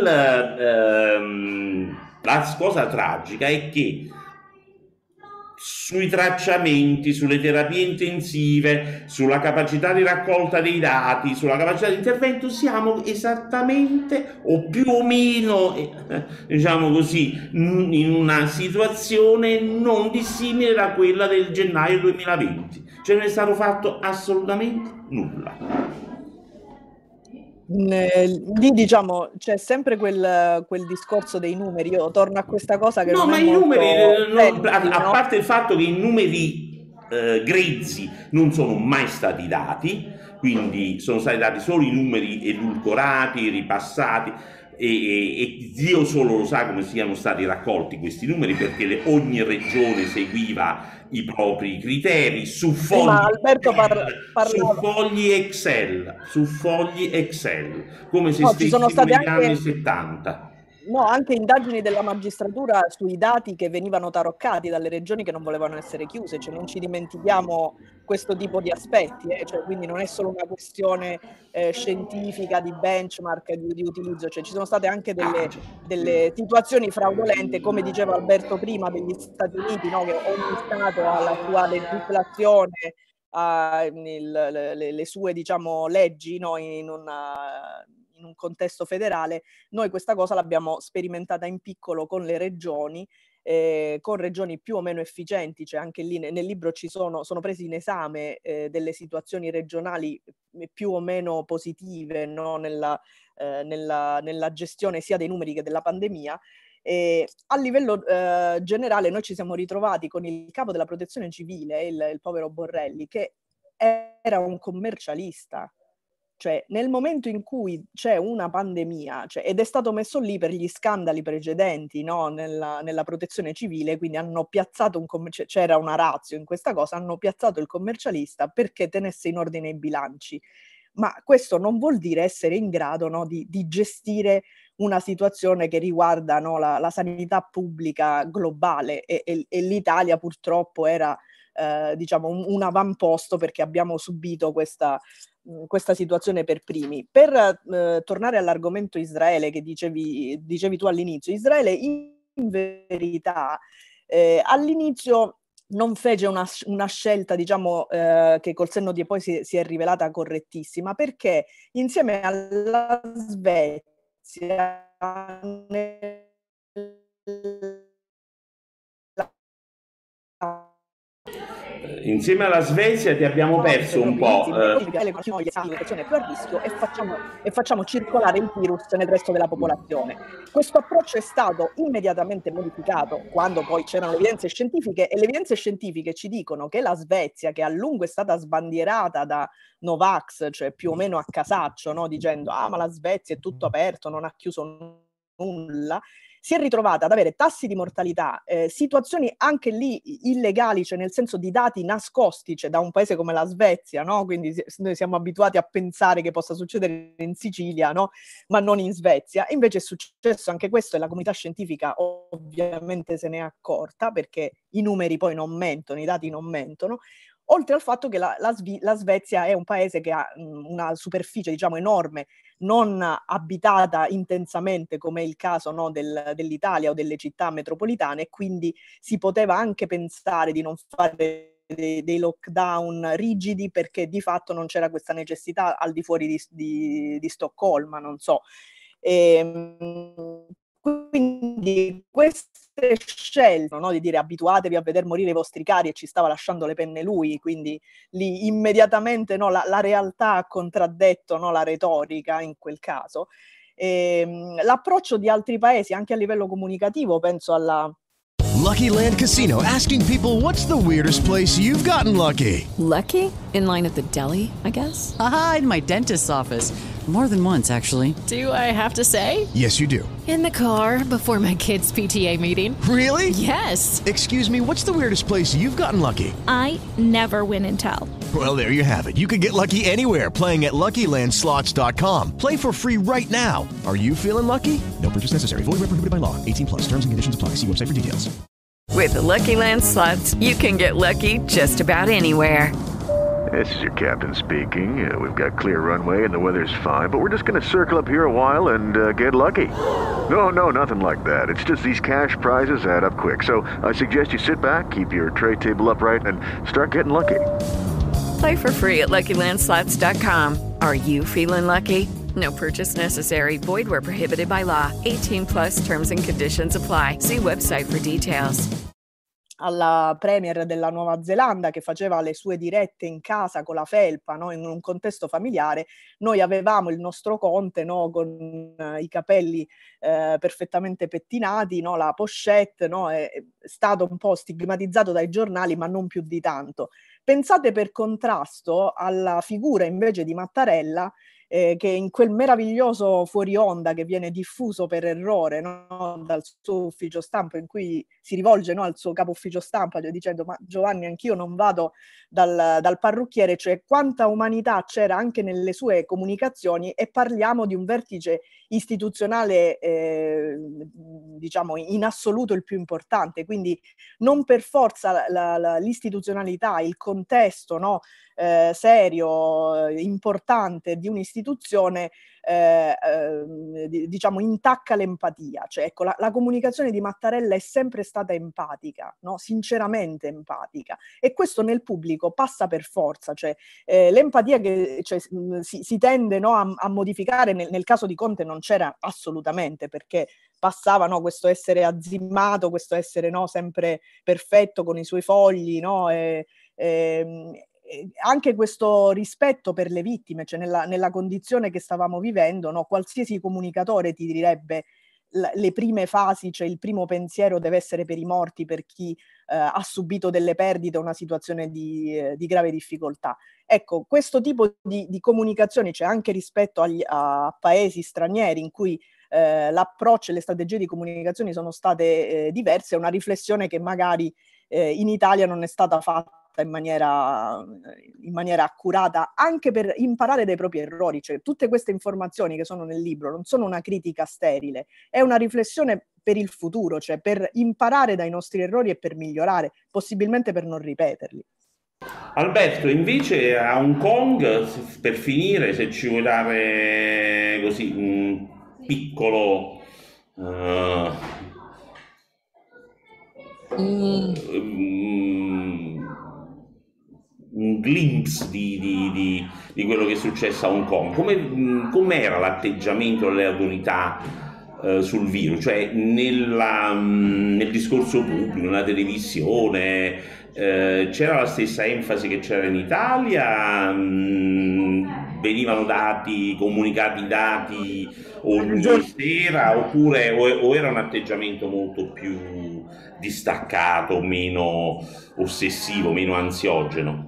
la cosa tragica è che sui tracciamenti, sulle terapie intensive, sulla capacità di raccolta dei dati, sulla capacità di intervento siamo esattamente o più o meno, diciamo così, in una situazione non dissimile da quella del gennaio 2020. Cioè non è stato fatto assolutamente nulla. Lì diciamo c'è sempre quel discorso dei numeri. Io torno a questa cosa che no, non ma è i molto numeri, semplice, a parte il fatto che i numeri grezzi non sono mai stati dati, quindi sono stati dati solo i numeri edulcorati, ripassati, e Dio solo lo sa come siano stati raccolti questi numeri, perché ogni regione seguiva i propri criteri su fogli, Alberto su fogli Excel, come se ci sono stessimo state negli anche anni 70. No, anche indagini della magistratura sui dati che venivano taroccati dalle regioni che non volevano essere chiuse, cioè non ci dimentichiamo questo tipo di aspetti, cioè, quindi non è solo una questione scientifica di benchmark, di utilizzo, cioè ci sono state anche delle situazioni fraudolente, come diceva Alberto prima, degli Stati Uniti, no? Che ogni Stato ha la sua legislazione, ha le sue, diciamo, leggi, no? In un contesto federale. Noi questa cosa l'abbiamo sperimentata in piccolo con le regioni, con regioni più o meno efficienti, cioè anche lì nel libro sono presi in esame delle situazioni regionali più o meno positive, no? nella gestione sia dei numeri che della pandemia. A livello generale noi ci siamo ritrovati con il capo della protezione civile, il povero Borrelli, che era un commercialista, cioè nel momento in cui c'è una pandemia, cioè, ed è stato messo lì per gli scandali precedenti, no? nella protezione civile, quindi hanno piazzato c'era una ratio in questa cosa, hanno piazzato il commercialista perché tenesse in ordine i bilanci. Ma questo non vuol dire essere in grado, no, di gestire una situazione che riguarda, no, la sanità pubblica globale e l'Italia purtroppo era diciamo un avamposto perché abbiamo subito questa situazione per primi. Per tornare all'argomento Israele che dicevi tu all'inizio, Israele in verità all'inizio non fece una scelta, diciamo, che col senno di poi si è rivelata correttissima, perché insieme alla Svezia insieme alla Svezia ti abbiamo perso un po'. più a rischio e facciamo circolare il virus nel resto della popolazione. Questo approccio è stato immediatamente modificato quando poi c'erano le evidenze scientifiche, e le evidenze scientifiche ci dicono che la Svezia, che a lungo è stata sbandierata da Novax, cioè più o meno a casaccio, no? Dicendo ma la Svezia è tutto aperto, non ha chiuso nulla, si è ritrovata ad avere tassi di mortalità, situazioni anche lì illegali, cioè nel senso di dati nascosti, cioè da un paese come la Svezia, no? Quindi noi siamo abituati a pensare che possa succedere in Sicilia, no? Ma non in Svezia. E invece è successo anche questo e la comunità scientifica ovviamente se ne è accorta, perché i numeri poi non mentono, i dati non mentono. Oltre al fatto che la Svezia è un paese che ha una superficie, diciamo, enorme, non abitata intensamente come è il caso, no, dell'Italia o delle città metropolitane, e quindi si poteva anche pensare di non fare dei lockdown rigidi perché di fatto non c'era questa necessità al di fuori di Stoccolma, non so. Quindi queste scelte, no, di dire abituatevi a veder morire i vostri cari, e ci stava lasciando le penne lui, quindi lì immediatamente, no, la realtà ha contraddetto, no, la retorica in quel caso. L'approccio di altri paesi anche a livello comunicativo, penso alla Lucky Land Casino, asking people, what's the weirdest place you've gotten lucky? Lucky? In line at the deli, I guess? Aha, in my dentist's office. More than once, actually. Do I have to say? Yes, you do. In the car before my kids' PTA meeting. Really? Yes. Excuse me, what's the weirdest place you've gotten lucky? I never win and tell. Well, there you have it. You can get lucky anywhere, playing at LuckyLandSlots.com. Play for free right now. Are you feeling lucky? No purchase necessary. Void where prohibited by law. 18 plus. Terms and conditions apply. See website for details. With the Lucky Land Slots, you can get lucky just about anywhere. This is your captain speaking. We've got clear runway and the weather's fine, but we're just going to circle up here a while and get lucky. No, nothing like that. It's just these cash prizes add up quick. So I suggest you sit back, keep your tray table upright, and start getting lucky. Play for free at LuckyLandSlots.com. Are you feeling lucky? No purchase necessary. Void where prohibited by law. 18 plus terms and conditions apply. See website for details. Alla premier della Nuova Zelanda, che faceva le sue dirette in casa con la felpa, no? In un contesto familiare, noi avevamo il nostro conte, no? Con i capelli perfettamente pettinati, no? La pochette, no? È stato un po' stigmatizzato dai giornali, ma non più di tanto. Pensate per contrasto alla figura invece di Mattarella, che in quel meraviglioso fuori onda che viene diffuso per errore, no, dal suo ufficio stampa, in cui si rivolge, no, al suo capo ufficio stampa, cioè dicendo ma Giovanni, anch'io non vado dal parrucchiere, cioè quanta umanità c'era anche nelle sue comunicazioni, e parliamo di un vertice istituzionale diciamo in assoluto il più importante, quindi non per forza l'istituzionalità, il contesto, no, serio, importante di un'istituzione diciamo intacca l'empatia, cioè ecco la comunicazione di Mattarella è sempre stata empatica, no? Sinceramente empatica, e questo nel pubblico passa per forza, cioè l'empatia che cioè, si tende, no, a modificare, nel caso di Conte non c'era assolutamente, perché passava, no, questo essere azzimmato, questo essere, no, sempre perfetto con i suoi fogli, no, anche questo rispetto per le vittime, cioè nella condizione che stavamo vivendo, no, qualsiasi comunicatore ti direbbe le prime fasi, cioè il primo pensiero deve essere per i morti, per chi ha subito delle perdite, una situazione di grave difficoltà. Ecco, questo tipo di comunicazioni, cioè anche rispetto a paesi stranieri in cui l'approccio e le strategie di comunicazione sono state diverse, è una riflessione che magari in Italia non è stata fatta in maniera accurata, anche per imparare dai propri errori. Cioè, tutte queste informazioni che sono nel libro non sono una critica sterile, è una riflessione per il futuro, cioè per imparare dai nostri errori e per migliorare, possibilmente per non ripeterli. Alberto, invece a Hong Kong, per finire, se ci vuoi dare così un piccolo un glimpse di quello che è successo a Hong Kong. Com'era l'atteggiamento delle autorità sul virus? Cioè nel discorso pubblico, nella televisione, c'era la stessa enfasi che c'era in Italia? Venivano comunicati dati ogni sera, oppure o era un atteggiamento molto più distaccato, meno ossessivo, meno ansiogeno?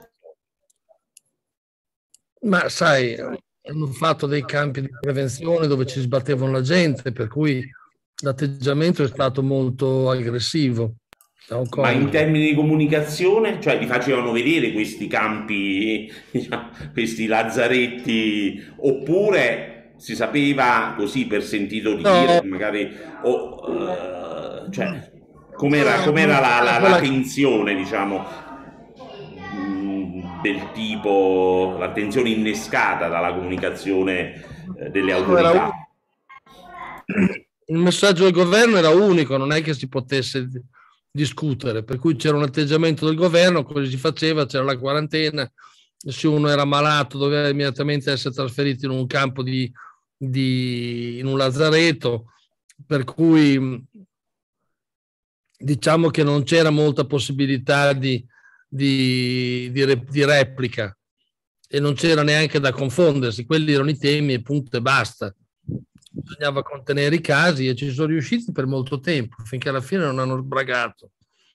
Ma sai, hanno fatto dei campi di prevenzione dove ci sbattevano la gente, per cui l'atteggiamento è stato molto aggressivo. Ma in termini di comunicazione, cioè li facevano vedere questi campi, diciamo, questi lazzaretti, oppure si sapeva così per sentito dire, magari, cioè, com'era la tensione, diciamo, del tipo, la tensione innescata dalla comunicazione delle autorità? Il messaggio del governo era unico, non è che si potesse discutere, per cui c'era un atteggiamento del governo, cosa si faceva? C'era la quarantena, se uno era malato doveva immediatamente essere trasferito in un campo in un lazzaretto, per cui diciamo che non c'era molta possibilità di replica, e non c'era neanche da confondersi, quelli erano i temi e punto e basta. Bisognava contenere i casi e ci sono riusciti per molto tempo, finché alla fine non hanno sbragato.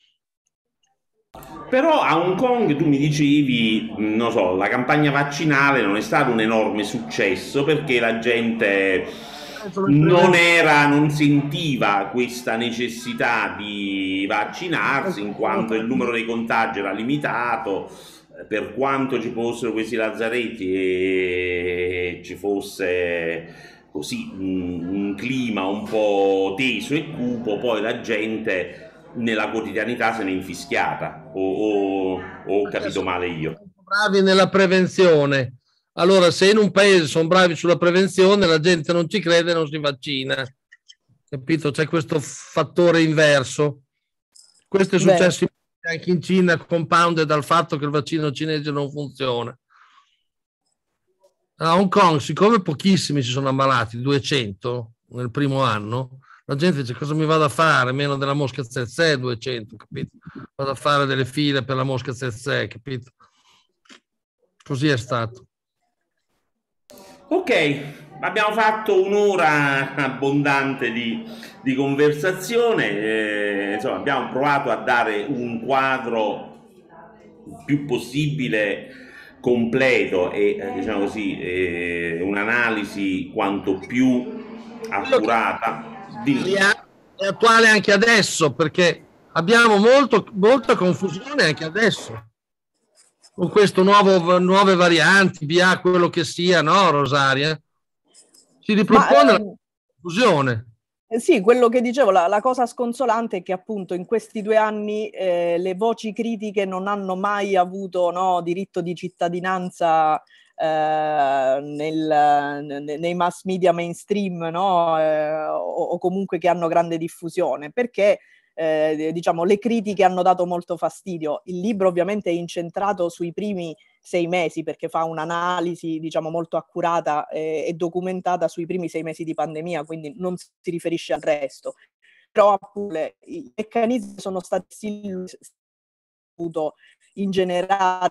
Però a Hong Kong tu mi dicevi, non so, la campagna vaccinale non è stato un enorme successo perché la gente non sentiva questa necessità di vaccinarsi, in quanto il numero dei contagi era limitato, per quanto ci fossero questi lazzaretti e ci fosse così un clima un po' teso e cupo, poi la gente nella quotidianità se n'è infischiata, o ho capito male io? Bravi nella prevenzione. Allora, se in un paese sono bravi sulla prevenzione, la gente non ci crede e non si vaccina. Capito? C'è questo fattore inverso. Questo è successo anche in Cina, compounded dal fatto che il vaccino cinese non funziona. A Hong Kong, siccome pochissimi si sono ammalati, 200 nel primo anno, la gente dice: cosa mi vado a fare? Meno della mosca tsetse, 200, capito? Vado a fare delle file per la mosca tsetse, capito? Così è stato. Ok, abbiamo fatto un'ora abbondante di conversazione, insomma abbiamo provato a dare un quadro il più possibile completo e diciamo così un'analisi quanto più accurata. È attuale anche adesso, perché abbiamo molta confusione anche adesso con questo nuove varianti, via quello che sia, no Rosaria? Si ripropone la confusione. Sì, quello che dicevo, la cosa sconsolante è che appunto in questi 2 anni le voci critiche non hanno mai avuto diritto di cittadinanza nei mass media mainstream, o comunque che hanno grande diffusione, perché diciamo le critiche hanno dato molto fastidio. Il libro ovviamente è incentrato sui primi 6 mesi perché fa un'analisi diciamo molto accurata e documentata sui primi 6 mesi di pandemia, quindi non si riferisce al resto. Però appunto i meccanismi sono stati in generale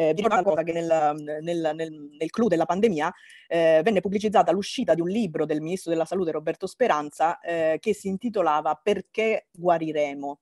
Vi ricordo una cosa, che nel clou della pandemia venne pubblicizzata l'uscita di un libro del ministro della Salute Roberto Speranza che si intitolava Perché guariremo?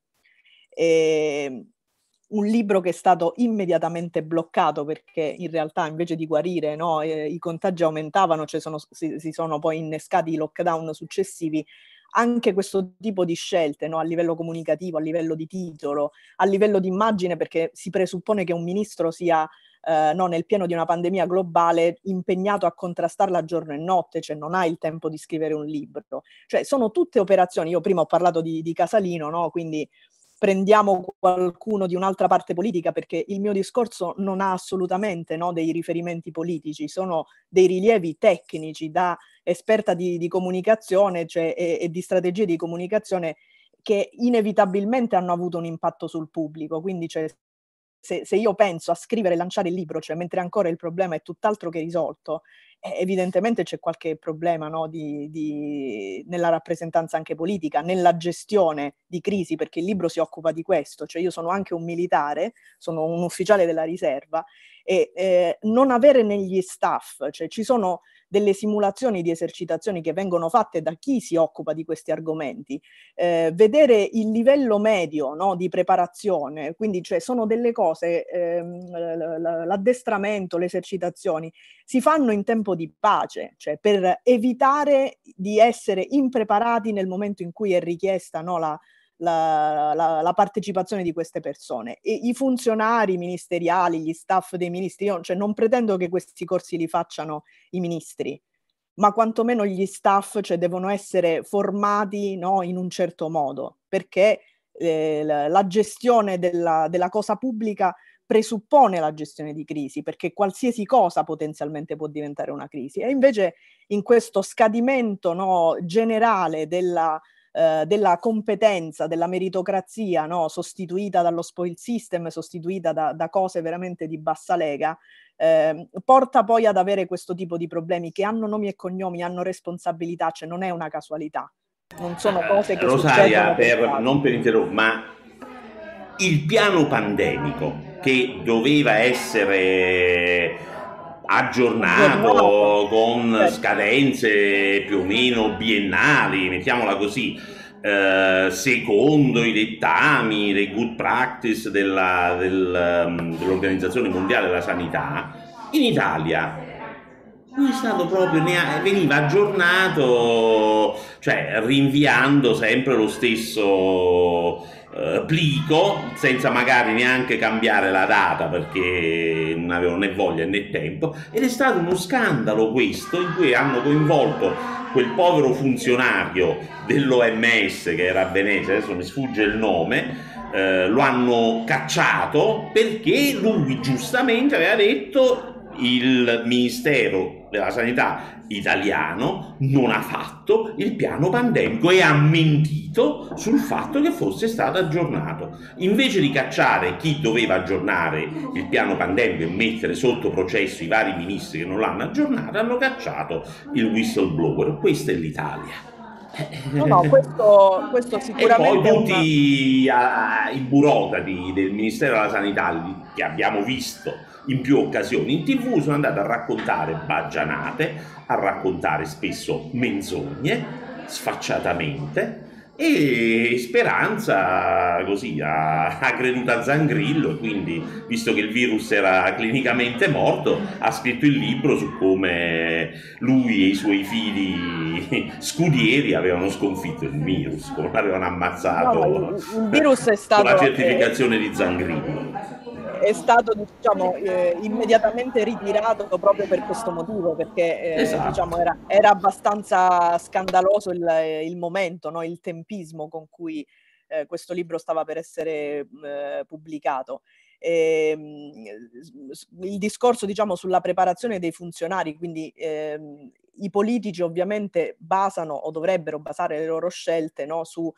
Un libro che è stato immediatamente bloccato perché in realtà invece di guarire, no, i contagi aumentavano, si sono poi innescati i lockdown successivi. Anche questo tipo di scelte, no, a livello comunicativo, a livello di titolo, a livello di immagine, perché si presuppone che un ministro sia no, nel pieno di una pandemia globale impegnato a contrastarla giorno e notte, cioè non ha il tempo di scrivere un libro. Cioè sono tutte operazioni, io prima ho parlato di Casalino, no, quindi prendiamo qualcuno di un'altra parte politica, perché il mio discorso non ha assolutamente, no, dei riferimenti politici, sono dei rilievi tecnici da esperta di comunicazione, cioè, e di strategie di comunicazione che inevitabilmente hanno avuto un impatto sul pubblico. Quindi cioè, se io penso a scrivere e lanciare il libro, cioè mentre ancora il problema è tutt'altro che risolto, evidentemente c'è qualche problema, no, nella rappresentanza anche politica, nella gestione di crisi, perché il libro si occupa di questo. Cioè io sono anche un militare, sono un ufficiale della riserva, e non avere negli staff, cioè ci sono delle simulazioni di esercitazioni che vengono fatte da chi si occupa di questi argomenti, vedere il livello medio, no, di preparazione, quindi cioè sono delle cose, l'addestramento, le esercitazioni si fanno in tempo di pace, cioè per evitare di essere impreparati nel momento in cui è richiesta, no, la partecipazione di queste persone. E i funzionari ministeriali, gli staff dei ministri, io cioè non pretendo che questi corsi li facciano i ministri, ma quantomeno gli staff, cioè, devono essere formati, no, in un certo modo, perché la gestione della cosa pubblica presuppone la gestione di crisi, perché qualsiasi cosa potenzialmente può diventare una crisi. E invece in questo scadimento, no, generale della competenza, della meritocrazia, no, sostituita dallo spoil system, sostituita da cose veramente di bassa lega, porta poi ad avere questo tipo di problemi che hanno nomi e cognomi, hanno responsabilità, cioè non è una casualità, non sono cose che Rosaria, succedono non per interrompere, ma il piano pandemico che doveva essere aggiornato con scadenze più o meno biennali, mettiamola così, secondo i dettami, le good practice dell'Organizzazione Mondiale della Sanità, in Italia non è stato proprio, veniva aggiornato, cioè rinviando sempre lo stesso plico, senza magari neanche cambiare la data, perché non avevano né voglia né tempo. Ed è stato uno scandalo questo, in cui hanno coinvolto quel povero funzionario dell'OMS che era a Venezia, adesso mi sfugge il nome, lo hanno cacciato perché lui giustamente aveva detto il Ministero della Sanità italiano non ha fatto il piano pandemico e ha mentito sul fatto che fosse stato aggiornato. Invece di cacciare chi doveva aggiornare il piano pandemico e mettere sotto processo i vari ministri che non l'hanno aggiornato, hanno cacciato il whistleblower. Questa è l'Italia. No, questo sicuramente. E poi tutti i burocrati del Ministero della Sanità che abbiamo visto in più occasioni in TV sono andati a raccontare baggianate, a raccontare spesso menzogne, sfacciatamente, e Speranza così ha creduto a Zangrillo, e quindi, visto che il virus era clinicamente morto, ha scritto il libro su come lui e i suoi fidi scudieri avevano sconfitto il virus, come l'avevano ammazzato. No, il virus è stato con la certificazione di Zangrillo. È stato, diciamo, immediatamente ritirato proprio per questo motivo, perché esatto. diciamo, era abbastanza scandaloso il momento, no? Il tempismo con cui questo libro stava per essere pubblicato. Il discorso, diciamo, sulla preparazione dei funzionari, quindi i politici ovviamente basano o dovrebbero basare le loro scelte, no, su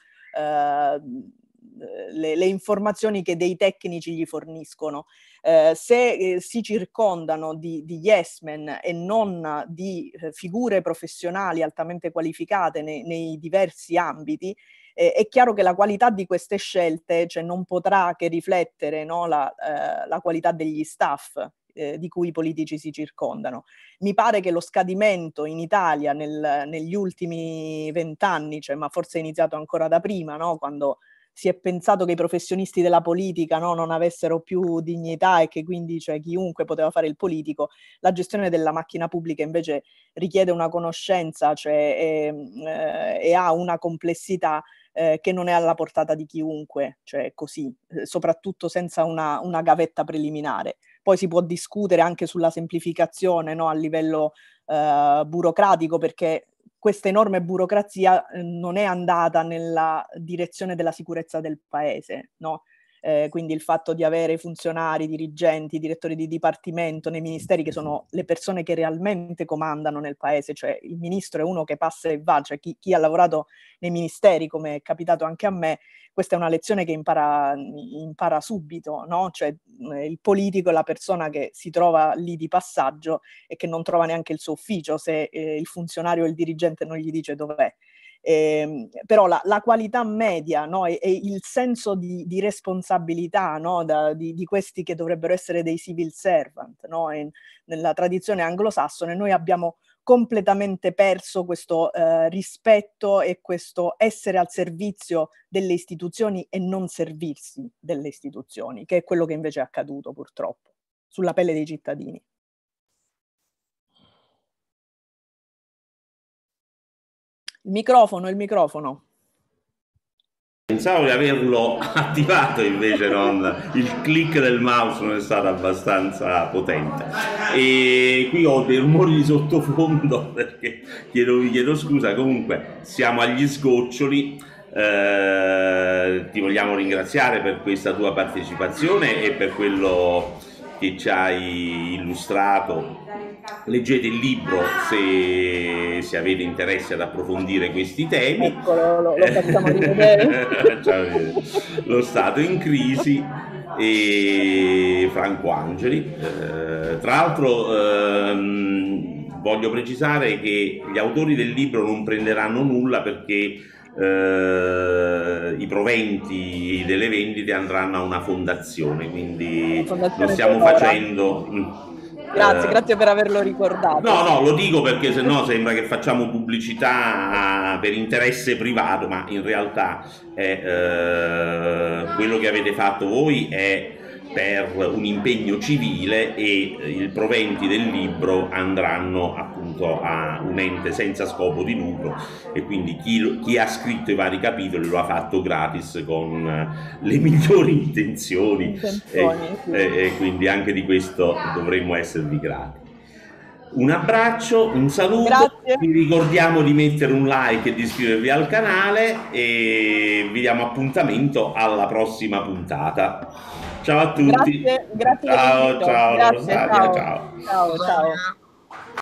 le informazioni che dei tecnici gli forniscono. Se si circondano di yes men e non di figure professionali altamente qualificate nei diversi ambiti, è chiaro che la qualità di queste scelte, cioè, non potrà che riflettere, no, la qualità degli staff di cui i politici si circondano. Mi pare che lo scadimento in Italia negli ultimi 20 anni, cioè, ma forse è iniziato ancora da prima, no? Quando si è pensato che i professionisti della politica, no, non avessero più dignità e che quindi, cioè, chiunque poteva fare il politico. La gestione della macchina pubblica invece richiede una conoscenza, cioè, e ha una complessità che non è alla portata di chiunque, cioè così, soprattutto senza una gavetta preliminare. Poi si può discutere anche sulla semplificazione, no, a livello burocratico, perché questa enorme burocrazia non è andata nella direzione della sicurezza del paese, no? Quindi il fatto di avere funzionari, dirigenti, direttori di dipartimento nei ministeri, che sono le persone che realmente comandano nel paese, cioè il ministro è uno che passa e va, cioè chi ha lavorato nei ministeri, come è capitato anche a me, questa è una lezione che impara subito, no? Cioè il politico è la persona che si trova lì di passaggio e che non trova neanche il suo ufficio se il funzionario o il dirigente non gli dice dov'è. Però la qualità media, no, e il senso di responsabilità, no, di questi che dovrebbero essere dei civil servant, no? Nella tradizione anglosassone noi abbiamo completamente perso questo rispetto e questo essere al servizio delle istituzioni e non servirsi delle istituzioni, che è quello che invece è accaduto purtroppo sulla pelle dei cittadini. Il microfono. Pensavo di averlo attivato, invece non, il click del mouse non è stato abbastanza potente. E qui ho dei rumori di sottofondo perché vi chiedo scusa, comunque siamo agli sgoccioli. Ti vogliamo ringraziare per questa tua partecipazione e per quello che ci hai illustrato. Leggete il libro se avete interesse ad approfondire questi temi. Eccolo, lo facciamo rivedere. Lo Stato in crisi e Franco Angeli. Tra l'altro voglio precisare che gli autori del libro non prenderanno nulla perché i proventi delle vendite andranno a una fondazione, quindi non stiamo facendo... Grazie per averlo ricordato. No, lo dico perché sennò sembra che facciamo pubblicità per interesse privato, ma in realtà quello che avete fatto voi è per un impegno civile e i proventi del libro andranno appunto a un ente senza scopo di lucro e quindi chi ha scritto i vari capitoli lo ha fatto gratis con le migliori intenzioni e quindi anche di questo dovremmo esservi grati. Un abbraccio, un saluto. Grazie. Vi ricordiamo di mettere un like e di iscrivervi al canale e vi diamo appuntamento alla prossima puntata. Ciao a tutti. Grazie. Ciao. Grazie. Rosaria, ciao. Ciao.